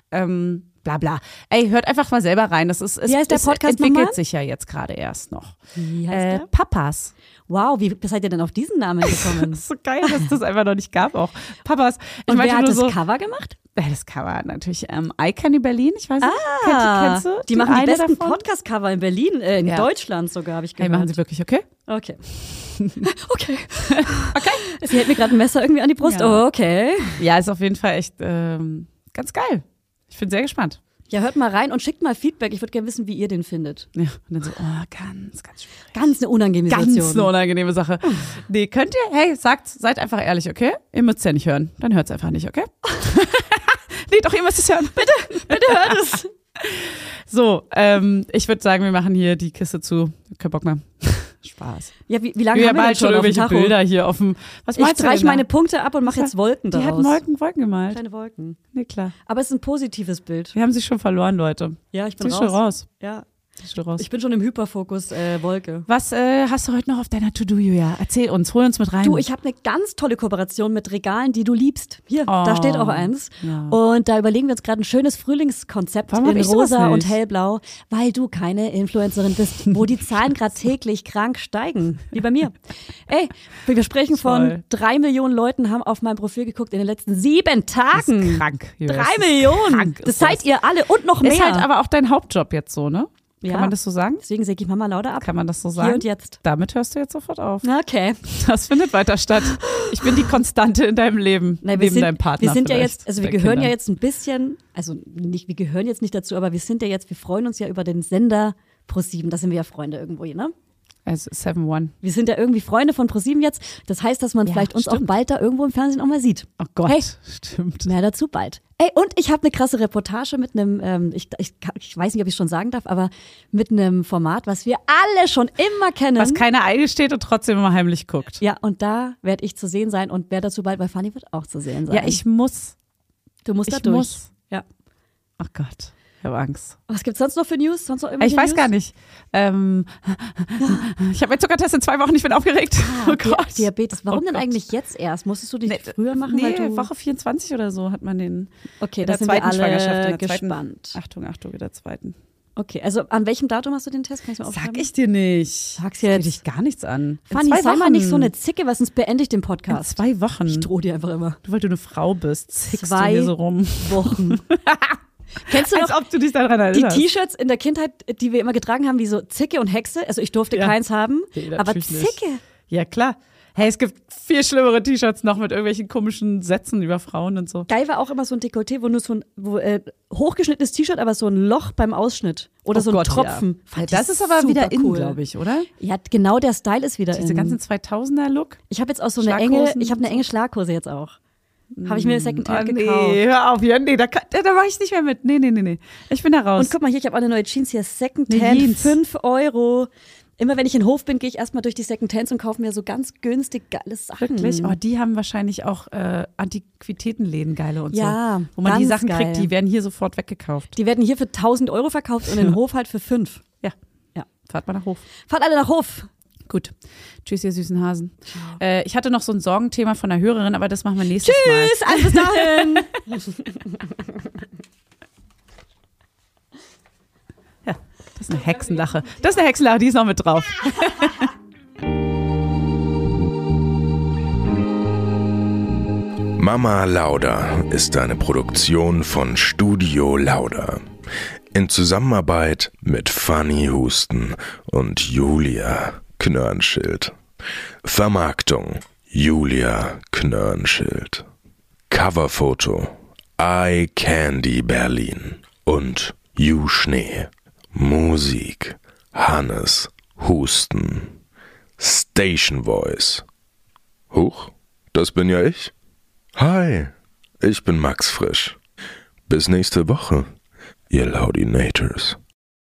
bla bla. Ey, hört einfach mal selber rein. Das ist, Wie heißt der Podcast entwickelt nochmal? sich ja jetzt gerade erst noch. Wie heißt der? Papas. Wow, wie seid ihr denn auf diesen Namen gekommen? Das ist so geil, dass es das einfach noch nicht gab auch. Papas. Ich Und meinte wer hat nur das so, Cover gemacht? das Cover natürlich Icon Berlin, ich weiß nicht. Kennst du? Die machen die eine besten davon? Podcast-Cover in Berlin, in Ja. Deutschland sogar, habe ich Hey, gehört. machen sie wirklich, okay? Okay. Okay. Sie hält mir gerade ein Messer irgendwie an die Brust. Ja. Oh, okay. Ja, ist auf jeden Fall echt ganz geil. Ich bin sehr gespannt. Ja, hört mal rein und schickt mal Feedback. Ich würde gerne wissen, wie ihr den findet. Ja, und dann so, ganz, ganz schwierig. Ganz eine unangenehme Ganz Situation. eine unangenehme Sache. Nee, könnt ihr, hey, seid einfach ehrlich, okay? Ihr müsst es ja nicht hören. Dann hört es einfach nicht, okay? Nee, doch, ihr müsst es hören. Bitte hört es. So, ich würde sagen, wir machen hier die Kiste zu. Kein Bock mehr. Spaß. Ja, wie lange Wir haben haben wir denn halt schon schon auf dem irgendwelche Tacho? Bilder hier auf dem. Was Ich meinst du streiche denn da? meine Punkte ab und mache jetzt Wolken Die daraus. hatten Wolken gemalt. Kleine Wolken. Nee, klar. Aber es ist ein positives Bild. Wir haben sie schon verloren, Leute. Ja, ich bin Sie ist schon raus. raus. Ja, Sie ist schon raus. ich bin schon im Hyperfokus Wolke. Was hast du heute noch auf deiner To-Do, Julia? Erzähl uns, hol uns mit rein. Du, ich habe eine ganz tolle Kooperation mit Regalen, die du liebst. Hier, da steht auch eins. Ja. Und da überlegen wir uns gerade ein schönes Frühlingskonzept Warum hab in ich sowas rosa und nicht? hellblau, weil du keine Influencerin bist, wo die Zahlen gerade täglich krank steigen, wie bei mir. Ey, wir sprechen Toll. von 3 Millionen Leuten haben auf mein Profil geguckt in den letzten 7 Tagen. Das ist krank. Julia. 3 Das ist Millionen. krank, Das ist seid ihr alle und noch mehr. Ist halt aber auch dein Hauptjob jetzt so, ne? Ja. Kann man das so sagen? Deswegen säge ich Mama Lauda ab. Kann man das so sagen? Hier und jetzt. Damit hörst du jetzt sofort auf. Okay. Das findet weiter statt. Ich bin die Konstante in deinem Leben, Nein, neben deinem Partner. Wir sind ja vielleicht, jetzt, also wir der gehören Kinder. ja jetzt ein bisschen, also nicht, wir gehören jetzt nicht dazu, aber wir sind ja jetzt, wir freuen uns ja über den Sender ProSieben. Da sind wir ja Freunde irgendwo, ne? Also 7-1. Wir sind ja irgendwie Freunde von ProSieben jetzt. Das heißt, dass man Ja, vielleicht uns auch stimmt. bald da irgendwo im Fernsehen auch mal sieht. Oh Gott, Hey. stimmt. Mehr dazu bald. Ey, und ich habe eine krasse Reportage mit einem, ich weiß nicht, ob ich schon sagen darf, aber mit einem Format, was wir alle schon immer kennen. Was keiner eingesteht und trotzdem immer heimlich guckt. Ja, und da werde ich zu sehen sein und wer dazu bald bei Fanny wird auch zu sehen sein. Ja, ich muss. Du musst da Ich durch. muss. Ja. Ach Gott, ich habe Angst. Was gibt's sonst noch für News? Sonst noch irgendwelche Ich weiß News? gar nicht. Ich habe meinen Zuckertest in 2 Wochen, ich bin aufgeregt. Oh Gott. Diabetes. Warum Oh denn Gott. eigentlich jetzt erst? Musstest du dich früher machen? Nee, weil du Woche 24 oder so hat man den. Okay, in da der sind wir zweiten Schwangerschaft, in alle der zweiten- gespannt. Achtung, in der zweiten. Okay, also an welchem Datum hast du den Test? Kann ich mal aufschreiben? Sag ich dir nicht. Sag's Das geht jetzt. dich gar nichts an. In Fanny, 2 sei mal Wochen. nicht so eine Zicke, weil sonst beende ich den In Podcast. 2 Wochen. Ich drohe dir einfach immer. Du, weil du eine Frau bist, zickst 2 du hier so rum. Wochen. Kennst du Als noch ob du dich daran die erinnerst. T-Shirts in der Kindheit, die wir immer getragen haben, wie so Zicke und Hexe? Also ich durfte Ja. keins haben, Nee, aber natürlich nicht. Zicke. Ja, klar. Hey, es gibt viel schlimmere T-Shirts noch mit irgendwelchen komischen Sätzen über Frauen und so. Geil war auch immer so ein Dekolleté, wo nur so ein hochgeschnittenes T-Shirt, aber so ein Loch beim Ausschnitt. Oder Oh so ein Gott, Tropfen. Ja. Fand Das ich ist aber super wieder in, cool. glaube ich, oder? Ja, genau der Style ist wieder Diese in. ganzen 2000er-Look. Ich habe jetzt auch so eine Schlaghosen ich habe eine und enge Schlaghose jetzt auch. Habe ich mir Secondhand gekauft. Nee, hör auf. Ja, nee, da mache ich nicht mehr mit. Nee. Ich bin da raus. Und guck mal hier, ich habe auch eine neue Jeans hier, Eine Secondhand, Jeans. 5 Euro. Immer wenn ich in den Hof bin, gehe ich erstmal durch die Secondhands und kaufe mir so ganz günstig geile Sachen. Wirklich? Oh, die haben wahrscheinlich auch Antiquitätenläden geile und Ja, so. Wo man die ganz Sachen geil. kriegt, die werden hier sofort weggekauft. Die werden hier für 1.000 Euro verkauft und in den Hof halt für 5. Ja. Ja. Fahrt mal nach Hof. Fahrt alle nach Hof. Gut. Tschüss, ihr süßen Hasen. Ich hatte noch so ein Sorgenthema von einer Hörerin, aber das machen wir nächstes Mal. Tschüss, also bis dahin. Ja, das ist eine Hexenlache. Das ist eine Hexenlache, die ist noch mit drauf. Mama Lauda ist eine Produktion von Studio Lauda. In Zusammenarbeit mit Fanny Husten und Julia Knörnschild. Vermarktung Julia Knörnschild. Coverfoto Eye Candy Berlin und Ju Schnee. Musik Hannes Husten. Station Voice. Huch, das bin ja ich. Hi, ich bin Max Frisch. Bis nächste Woche, ihr Laudinators.